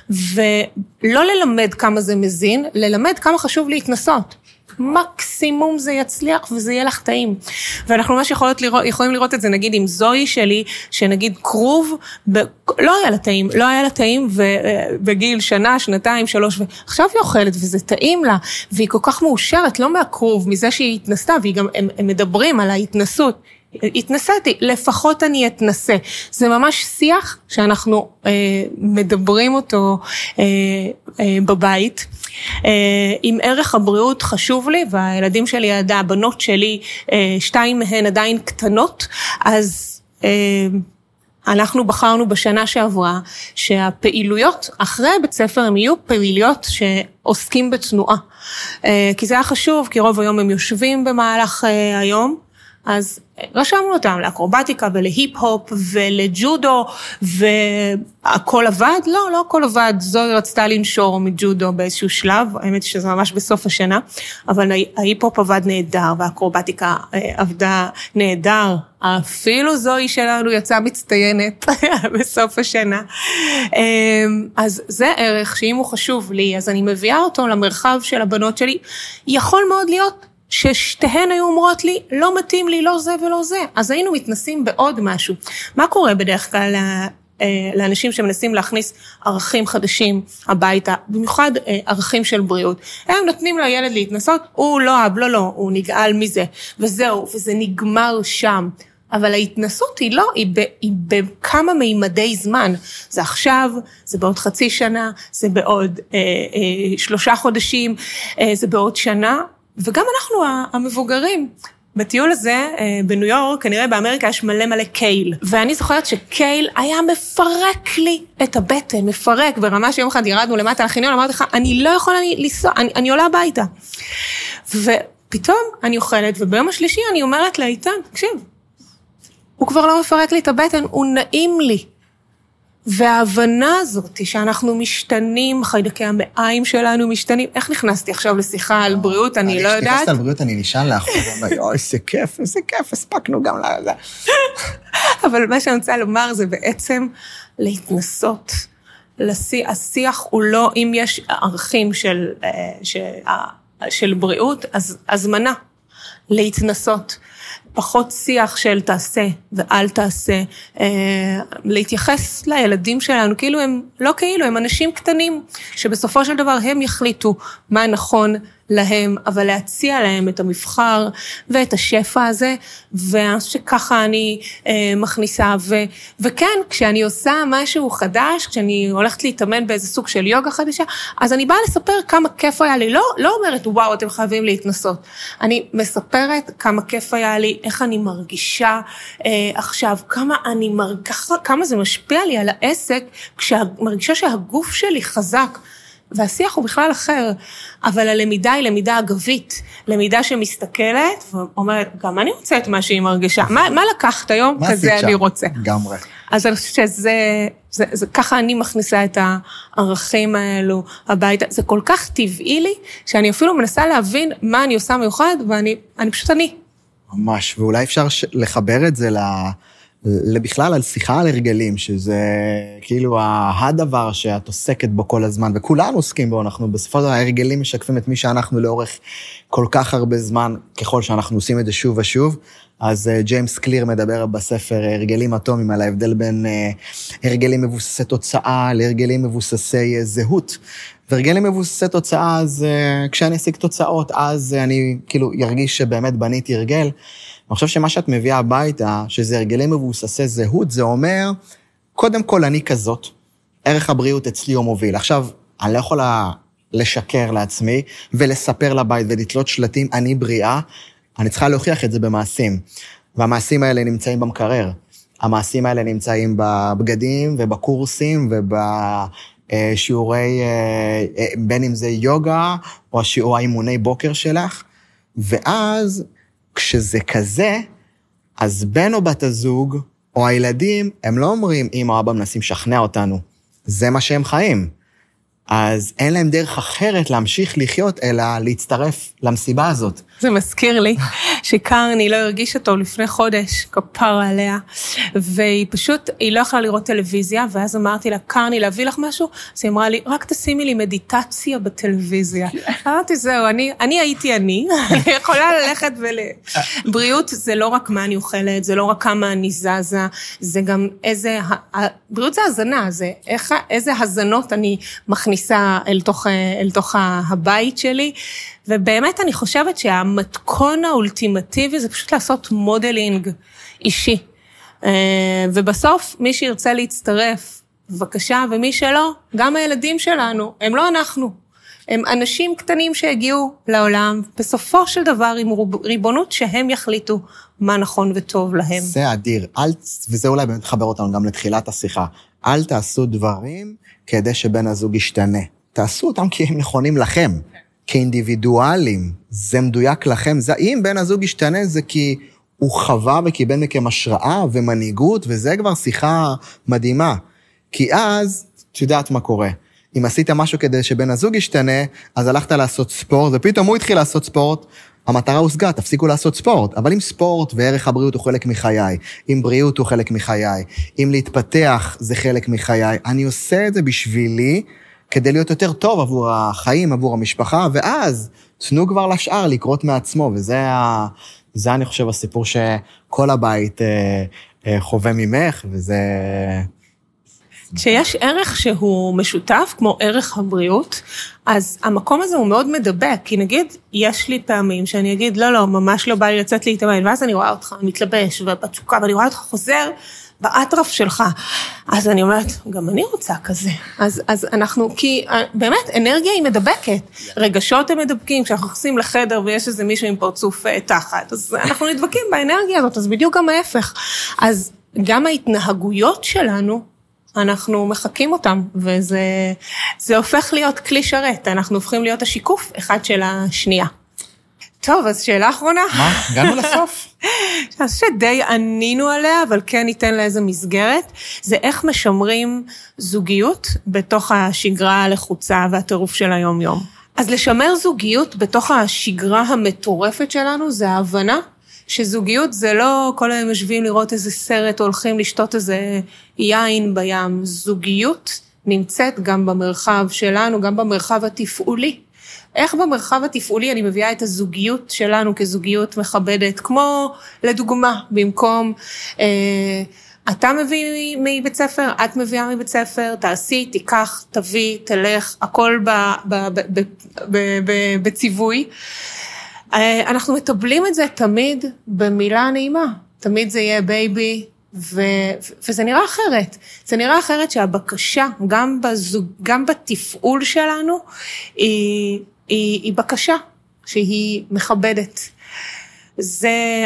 ולא ללמד כמה זה מזין, ללמד כמה חשוב להתנסות. מקסימום זה יצליח וזה יהיה לך טעים. ואנחנו ממש יכולים לראות את זה, נגיד עם זוהי שלי, שנגיד קרוב, לא היה לה טעים, ובגיל שנה, שנתיים, 3, ועכשיו היא אוכלת וזה טעים לה, והיא כל כך מאושרת, לא מהקרוב, מזה שהיא התנסתה, הם מדברים על ההתנסות. התנסיתי, לפחות אני אתנסה. זה ממש שיח שאנחנו מדברים אותו בבית. עם ערך הבריאות חשוב לי, והילדים שלי, הבנות שלי, 2 מהן עדיין קטנות, אז אנחנו בחרנו בשנה שעברה, שהפעילויות אחרי בית ספר הם יהיו פעילויות שעוסקים בתנועה. כי זה היה חשוב, כי רוב היום הם יושבים במהלך היום, אז רשמנו אותם לאקרובטיקה ולהיפ-הופ ולג'ודו, והכל עבד? לא הכל עבד. זוהי רצתה לנשור מג'ודו באיזשהו שלב, האמת שזה ממש בסוף השנה, אבל ההיפ-הופ עבד נהדר, והאקרובטיקה עבדה נהדר. אפילו זוהי שלנו יצאה מצטיינת בסוף השנה. אז זה ערך שאם הוא חשוב לי, אז אני מביאה אותו למרחב של הבנות שלי. יכול מאוד להיות ששתיהן היו אומרות לי, לא מתאים לי, לא זה ולא זה. אז היינו מתנסים בעוד משהו. מה קורה בדרך כלל לאנשים שמנסים להכניס ערכים חדשים הביתה, במיוחד ערכים של בריאות? הם נותנים לילד להתנסות, הוא לא אהב, לא, הוא נגעל מזה, וזהו, וזה נגמר שם. אבל ההתנסות היא לא, היא בכמה מימדי זמן. זה עכשיו, זה בעוד חצי שנה, זה בעוד 3 חודשים, זה בעוד שנה, וגם אנחנו המבוגרים. בטיול הזה, בניו יורק, כנראה באמריקה יש מלא קייל. ואני זוכרת שקייל היה מפרק לי את הבטן, מפרק, ברמה שיום אחד ירדנו למטה לחניון, אמרתי לך, אני לא יכולה לנסוע, אני עולה הביתה. ופתאום אני אוכלת, וביום השלישי אני אומרת לאיתן, תקשיב, הוא כבר לא מפרק לי את הבטן, הוא נעים לי. וההבנה הזאת שאנחנו משתנים, חיידקי המעיים שלנו משתנים, איך נכנסתי עכשיו לשיחה על בריאות, אני לא יודעת. נכנסת על בריאות, אני נשען לאחור, אוי, איזה כיף, הספקנו גם לזה. אבל מה שאני רוצה לומר זה בעצם להתנסות. השיח הוא לא, אם יש ערכים של בריאות, אז הזמנה להתנסות. פחות שיח של תעשה ואל תעשה, להתייחס לילדים שלנו, כאילו הם, לא כאילו, הם אנשים קטנים, שבסופו של דבר הם יחליטו מה נכון להם, אבל להציע להם את המבחר ואת השפע הזה, שככה אני מכניסה, וכן, כשאני עושה משהו חדש, כשאני הולכת להתאמן באיזה סוג של יוגה חדשה, אז אני באה לספר כמה כיף היה לי, לא אומרת, וואו, אתם חייבים להתנסות, אני מספרת כמה כיף היה לי, איך אני מרגישה עכשיו, כמה זה משפיע לי על העסק, כשמרגישה שהגוף שלי חזק, והשיח הוא בכלל אחר, אבל הלמידה היא למידה אגבית, למידה שמסתכלת, ואומרת, גם אני רוצה את מה שהיא מרגישה, מה לקחת היום? כזה אני רוצה. גמרי. אז אני חושבת ככה אני מכניסה את הערכים האלו הביתה, זה כל כך טבעי לי, שאני אפילו מנסה להבין מה אני עושה מיוחד, ואני פשוט אני. ממש, ואולי אפשר לחבר את זה בכלל על שיחה על הרגלים, שזה כאילו הדבר שאת עוסקת בו כל הזמן, וכולנו עוסקים בו, אנחנו בסופו של דבר הרגלים משקפים את מי שאנחנו לאורך כל כך הרבה זמן, ככל שאנחנו עושים את זה שוב ושוב, אז ג'יימס קליר מדבר בספר הרגלים אטומיים, על ההבדל בין הרגלים מבוססי תוצאה להרגלים מבוססי זהות, והרגלים מבוססי תוצאה, אז כשאני אשיג תוצאות, אז אני כאילו ירגיש שבאמת בניתי הרגל, אני חושב שמה שאת מביאה הביתה, שזה הרגלים מבוססי זהות, זה אומר, קודם כל אני כזאת, ערך הבריאות אצלי הוא מוביל. עכשיו, אני לא יכולה לשקר לעצמי, ולספר לבית ולתלות שלטים, אני בריאה, אני צריכה להוכיח את זה במעשים. והמעשים האלה נמצאים במקרר. המעשים האלה נמצאים בבגדים ובקורסים ובשיעורי, בין אם זה יוגה, או האימוני בוקר שלך, ואז, כשזה כזה, אז בן או בת הזוג, או הילדים, הם לא אומרים, אמא או אבא מנסים לשכנע אותנו. זה מה שהם חיים. אז אין להם דרך אחרת להמשיך לחיות, אלא להצטרף למסיבה הזאת. זה מזכיר לי שקרני לא הרגישה טוב לפני חודש, כפרה עליה, והיא פשוט, היא לא יכלה לראות טלוויזיה, ואז אמרתי לה, קרני, להביא לך משהו? אז היא אמרה לי, רק תשימי לי מדיטציה בטלוויזיה. אמרתי, זהו, אני הייתי אני יכולה ללכת בריאות זה לא רק מה אני אוכלת, זה לא רק כמה אני זזה, זה גם בריאות זה הזנה, זה איזה הזנות אני מכניסה אל תוך הבית שלי, ובאמת אני חושבת שהמתכון האולטימטיבי זה פשוט לעשות מודלינג אישי. ובסוף מי שירצה להצטרף, בבקשה, ומי שלא, גם הילדים שלנו, הם לא אנחנו. הם אנשים קטנים שהגיעו לעולם, בסופו של דבר עם ריבונות שהם יחליטו מה נכון וטוב להם. זה אדיר, וזה אולי באמת חבר אותנו גם לתחילת השיחה. אל תעשו דברים כדי שבן הזוג ישתנה. תעשו אותם כי הם נכונים לכם. כאינדיבידואלים, זה מדויק לכם, אם בן הזוג ישתנה זה כי הוא חווה וקיבל מכם השראה ומנהיגות, וזה כבר שיחה מדהימה. כי אז, את יודעת מה קורה. אם עשית משהו כדי שבן הזוג ישתנה, אז הלכת לעשות ספורט, ופתאום הוא התחיל לעשות ספורט, המטרה הושגה, תפסיקו לעשות ספורט. אבל אם ספורט וערך הבריאות הוא חלק מחיי, אם בריאות הוא חלק מחיי, אם להתפתח זה חלק מחיי, אני עושה את זה בשבילי, כדי להיות יותר טוב עבור החיים, עבור המשפחה, ואז תנו כבר לשאר לקרות מעצמו, וזה אני חושב הסיפור שכל הבית חווה ממך, וזה... כשיש ערך שהוא משותף, כמו ערך הבריאות, אז המקום הזה הוא מאוד מדבק, כי נגיד, יש לי פעמים שאני אגיד, לא, ממש לא בא לי לצאת להתאמן, ואז אני רואה אותך מתלבש ובתשוקה, ואני רואה אותך חוזר באטרף שלך, אז אני אומרת, גם אני רוצה כזה. אז אנחנו, כי באמת, אנרגיה היא מדבקת, רגשות הם מדבקים, כשאנחנו נכנסים לחדר ויש איזה מישהו עם פרצוף תחת, אז אנחנו נדבקים באנרגיה הזאת, אז בדיוק גם ההפך. אז גם ההתנהגויות שלנו, אנחנו מחכים אותם, וזה הופך להיות כלי שרת, אנחנו הופכים להיות השיקוף אחד של השנייה. טוב, אז שאלה אחרונה. מה? הגענו לסוף. אז שדי ענינו עליה, אבל כן ניתן לה איזו מסגרת, זה איך משמרים זוגיות בתוך השגרה הלחוצה והטירוף של היום-יום. אז לשמר זוגיות בתוך השגרה המטורפת שלנו, זה ההבנה שזוגיות זה לא כל היום יושבים לראות איזה סרט, או הולכים לשתות איזה יין בים. זוגיות נמצאת גם במרחב שלנו, גם במרחב התפעולי. איך במרחב התפעולי אני מביאה את הזוגיות שלנו כזוגיות מכבדת, כמו לדוגמה, במקום אתה מביא מבית ספר, את מביאה מבית ספר, תעשי, תיקח, תביא, תלך, הכל בציווי. אנחנו מטבלים את זה תמיד במילה נעימה, תמיד זה יהיה בייבי, וזה נראה אחרת. זה נראה אחרת שהבקשה, גם בתפעול שלנו, היא בקשה שהיא מכבדת. זה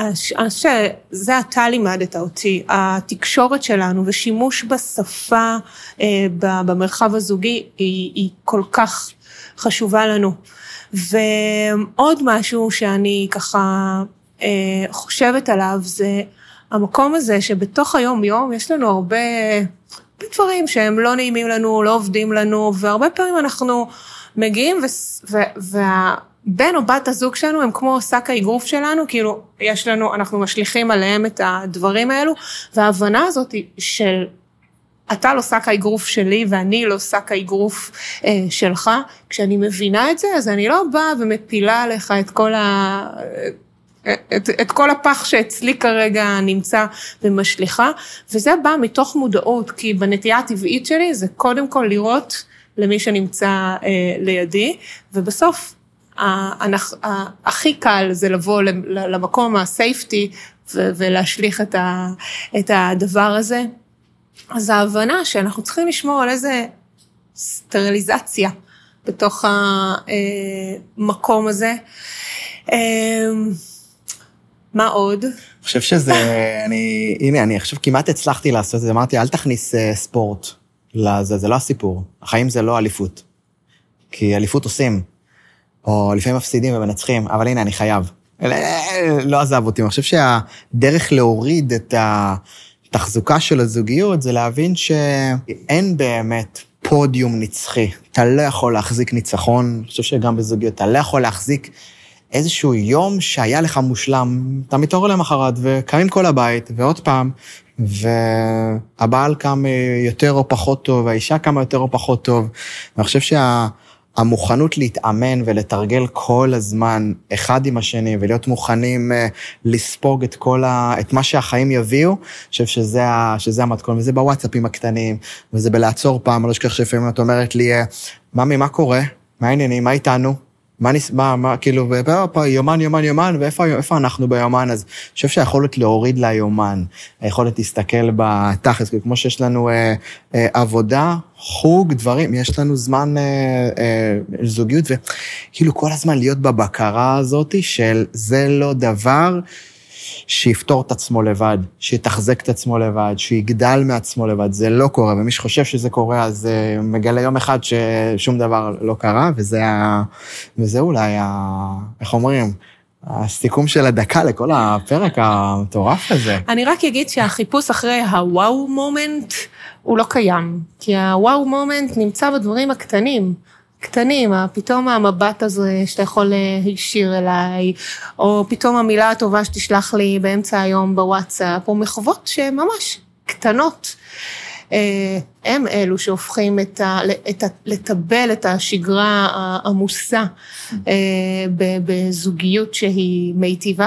אתה לימדת אותי, התקשורת שלנו ושימוש בשפה במרחב הזוגי היא כל כך חשובה לנו. ועוד משהו שאני ככה חושבת עליו, זה המקום הזה שבתוך היום-יום יש לנו הרבה דברים שהם לא נעימים לנו, לא עובדים לנו, והרבה פעמים אנחנו מגיעים והבן או בת הזוג שלנו הם כמו שק האגרוף שלנו, כאילו יש לנו, אנחנו משליכים עליהם את הדברים האלו, וההבנה הזאת של אתה לא שק האגרוף שלי ואני לא שק האגרוף שלך, כשאני מבינה את זה, אז אני לא באה ומפילה עליך את כל הפח שאצלי כרגע נמצא ומשליחה, וזה בא מתוך מודעות, כי בנטייה הטבעית שלי זה קודם כל לראות למי שנמצא לידי, ובסוף הכי קל זה לבוא למקום הסייפטי ולהשליך את הדבר הזה. אז ההבנה שאנחנו צריכים לשמור על איזה סטריליזציה בתוך המקום הזה. מה עוד? אני חושב שזה, אני חושב כמעט הצלחתי לעשות את זה, אמרתי, אל תכניס ספורט לזה, זה לא הסיפור. החיים זה לא אליפות. כי אליפות עושים, או לפעמים מפסידים ומנצחים, אבל הנה, אני חייב. לא עזב אותי. אני חושב שהדרך להוריד את התחזוקה של הזוגיות, זה להבין שאין באמת פודיום נצחי. אתה לא יכול להחזיק ניצחון, אני חושב שגם בזוגיות, אתה לא יכול להחזיק איזשהו יום שהיה לך מושלם, אתה מתעורר למחרת וקמים כל הבית, ועוד פעם, והבעל קם יותר או פחות טוב, והאישה קמה יותר או פחות טוב, ואני חושב המוכנות להתאמן ולתרגל כל הזמן אחד עם השני, ולהיות מוכנים לספוג את מה שהחיים יביאו, אני חושב שזה המתכון, וזה בוואטסאפים הקטנים, וזה בלעצור פעם, לא אשכח שלפעמים את אומרת לי, ממי, מה קורה? מה העניינים? מה איתנו? כאילו, יומן, ואיפה אנחנו ביומן? אז אני חושב שהיכולת להוריד ליומן, היכולת להסתכל בתכלס, כמו שיש לנו עבודה, חוג, דברים, יש לנו זמן זוגיות, וכאילו כל הזמן להיות בבקרה הזאת של זה לא דבר שיפתור את עצמו לבד, שיתחזק את עצמו לבד, שיגדל מעצמו לבד, זה לא קורה, ומי שחושב שזה קורה, אז מגלה יום אחד ששום דבר לא קרה, וזה אולי, איך אומרים, הסיכום של הדקה לכל הפרק המטורף הזה. אני רק אגיד שהחיפוש אחרי הוואו מומנט הוא לא קיים, כי הוואו מומנט נמצא בדברים הקטנים, פתאום המבט הזה שאתה יכול להישיר אליי, או פתאום המילה הטובה שתשלח לי באמצע היום בוואטסאפ, או מחוות שממש קטנות, הם אלו שהופכים לטבל את השגרה העמוסה בזוגיות שהיא מיטיבה,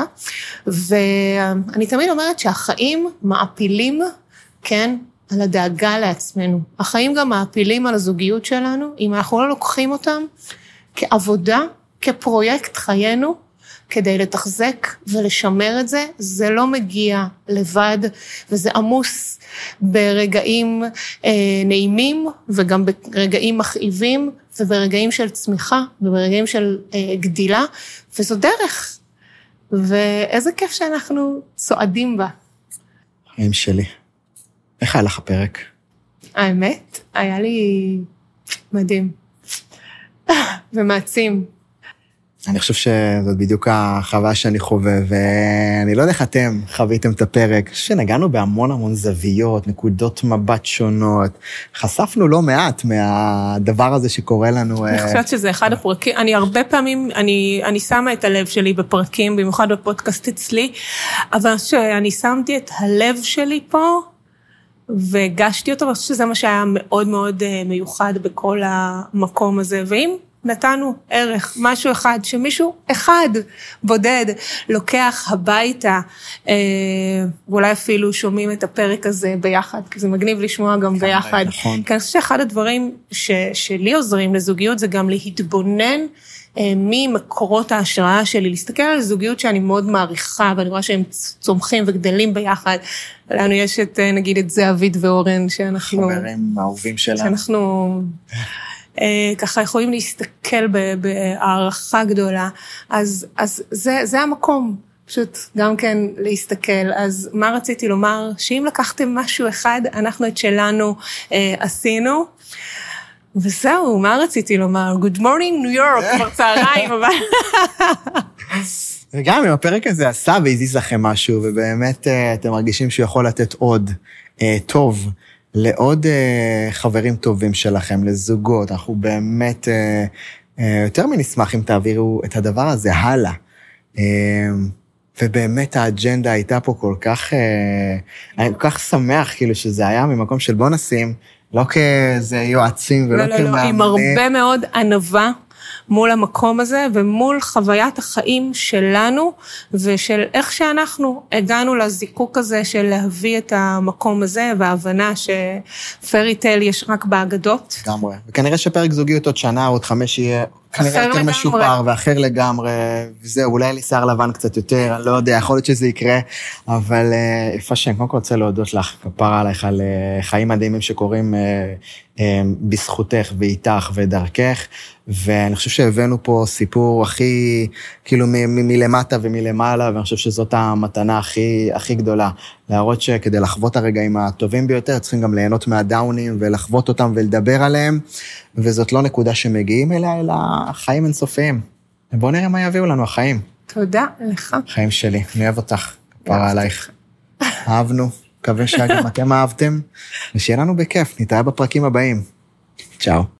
ואני תמיד אומרת שהחיים מעפילים, כן, על הדאגה לעצמנו. החיים גם מעפילים על הזוגיות שלנו, אם אנחנו לא לוקחים אותם כעבודה, כפרויקט חיינו, כדי לתחזק ולשמר את זה, זה לא מגיע לבד, וזה עמוס ברגעים נעימים, וגם ברגעים מכאיבים, וברגעים של צמיחה, וברגעים של גדילה, וזו דרך. ואיזה כיף שאנחנו צועדים בה. חיים שלי. איך היה לך הפרק? האמת, היה לי מדהים. ומעצים. אני חושב שזאת בדיוק החוויה שאני חווה, ואני לא יודע איך אתם חוויתם את הפרק, שנגענו בהמון זוויות, נקודות מבט שונות, חשפנו לא מעט מהדבר הזה שקורה לנו. אני חושבת שזה אחד הפרקים, אני הרבה פעמים, אני שמה את הלב שלי בפרקים, במיוחד בפודקאסט אצלי, אבל שאני שמתי את הלב שלי פה, והגשתי אותו, ואני חושבת שזה מה שהיה מאוד מאוד מיוחד בכל המקום הזה, ואם נתנו ערך, משהו אחד, שמישהו אחד בודד לוקח הביתה, ואולי אפילו שומעים את הפרק הזה ביחד, כי זה מגניב לשמוע גם ביחד. נכון. כי אני חושבת שאחד הדברים שלי עוזרים לזוגיות, זה גם להתבונן ממקורות ההשראה שלי, להסתכל על זוגיות שאני מאוד מעריכה, ואני רואה שהם צומחים וגדלים ביחד. לנו יש את, נגיד, את זה אביד ואורן, שאנחנו... חברים האהובים שלנו. שאנחנו... ככה יכולים להסתכל בהערכה גדולה, אז זה המקום, פשוט גם כן להסתכל. אז מה רציתי לומר? שאם לקחתם משהו אחד, אנחנו את שלנו עשינו, וזהו, מה רציתי לומר? Good morning New York, כבר צהריים, אבל... וגם אם הפרק הזה עשה והזיז לכם משהו, ובאמת אתם מרגישים שהוא יכול לתת עוד טוב, לעוד חברים טובים שלכם, לזוגות, אנחנו באמת יותר מנשמח אם תעבירו את הדבר הזה הלאה. ובאמת האג'נדה הייתה פה כל כך, אני כל כך שמח כאילו שזה היה ממקום של בוא נשים, לא כאיזה יועצים ולא כמאמנים. לא, עם הרבה מאוד ענווה מול המקום הזה, ומול חוויית החיים שלנו, ושל איך שאנחנו הגענו לזיקוק הזה, של להביא את המקום הזה, וההבנה שפרי טייל יש רק באגדות. לגמרי. וכנראה שפרק זוגיות עוד שנה, עוד 5 יהיה כנראה יותר משופר, ואחר לגמרי, וזהו, אולי לי שיער לבן קצת יותר, אני לא יודע, יכול להיות שזה יקרה, אבל יפה שאני קודם כל רוצה להודות לך, כפרה עליך, על חיים מדהימים שקורים בזכותך ואיתך ודרכך, ואני חושב שהבאנו פה סיפור הכי, כאילו מלמטה ומלמעלה, ואני חושב שזאת המתנה הכי גדולה, להראות שכדי לחוות הרגעים הטובים ביותר, צריכים גם ליהנות מהדאונים ולחוות אותם ולדבר עליהם, וזאת לא נקודה שמגיעים אליה, אלא חיים אינסופיים. ובואו נראה מה יביאו לנו החיים. תודה לך. חיים שלי, אני אוהב אותך, כפרה עלייך. אהבנו, מקווה שגם אתם אהבתם, ושיהיה לנו בכיף, נתראה בפרקים הבאים. צ'או.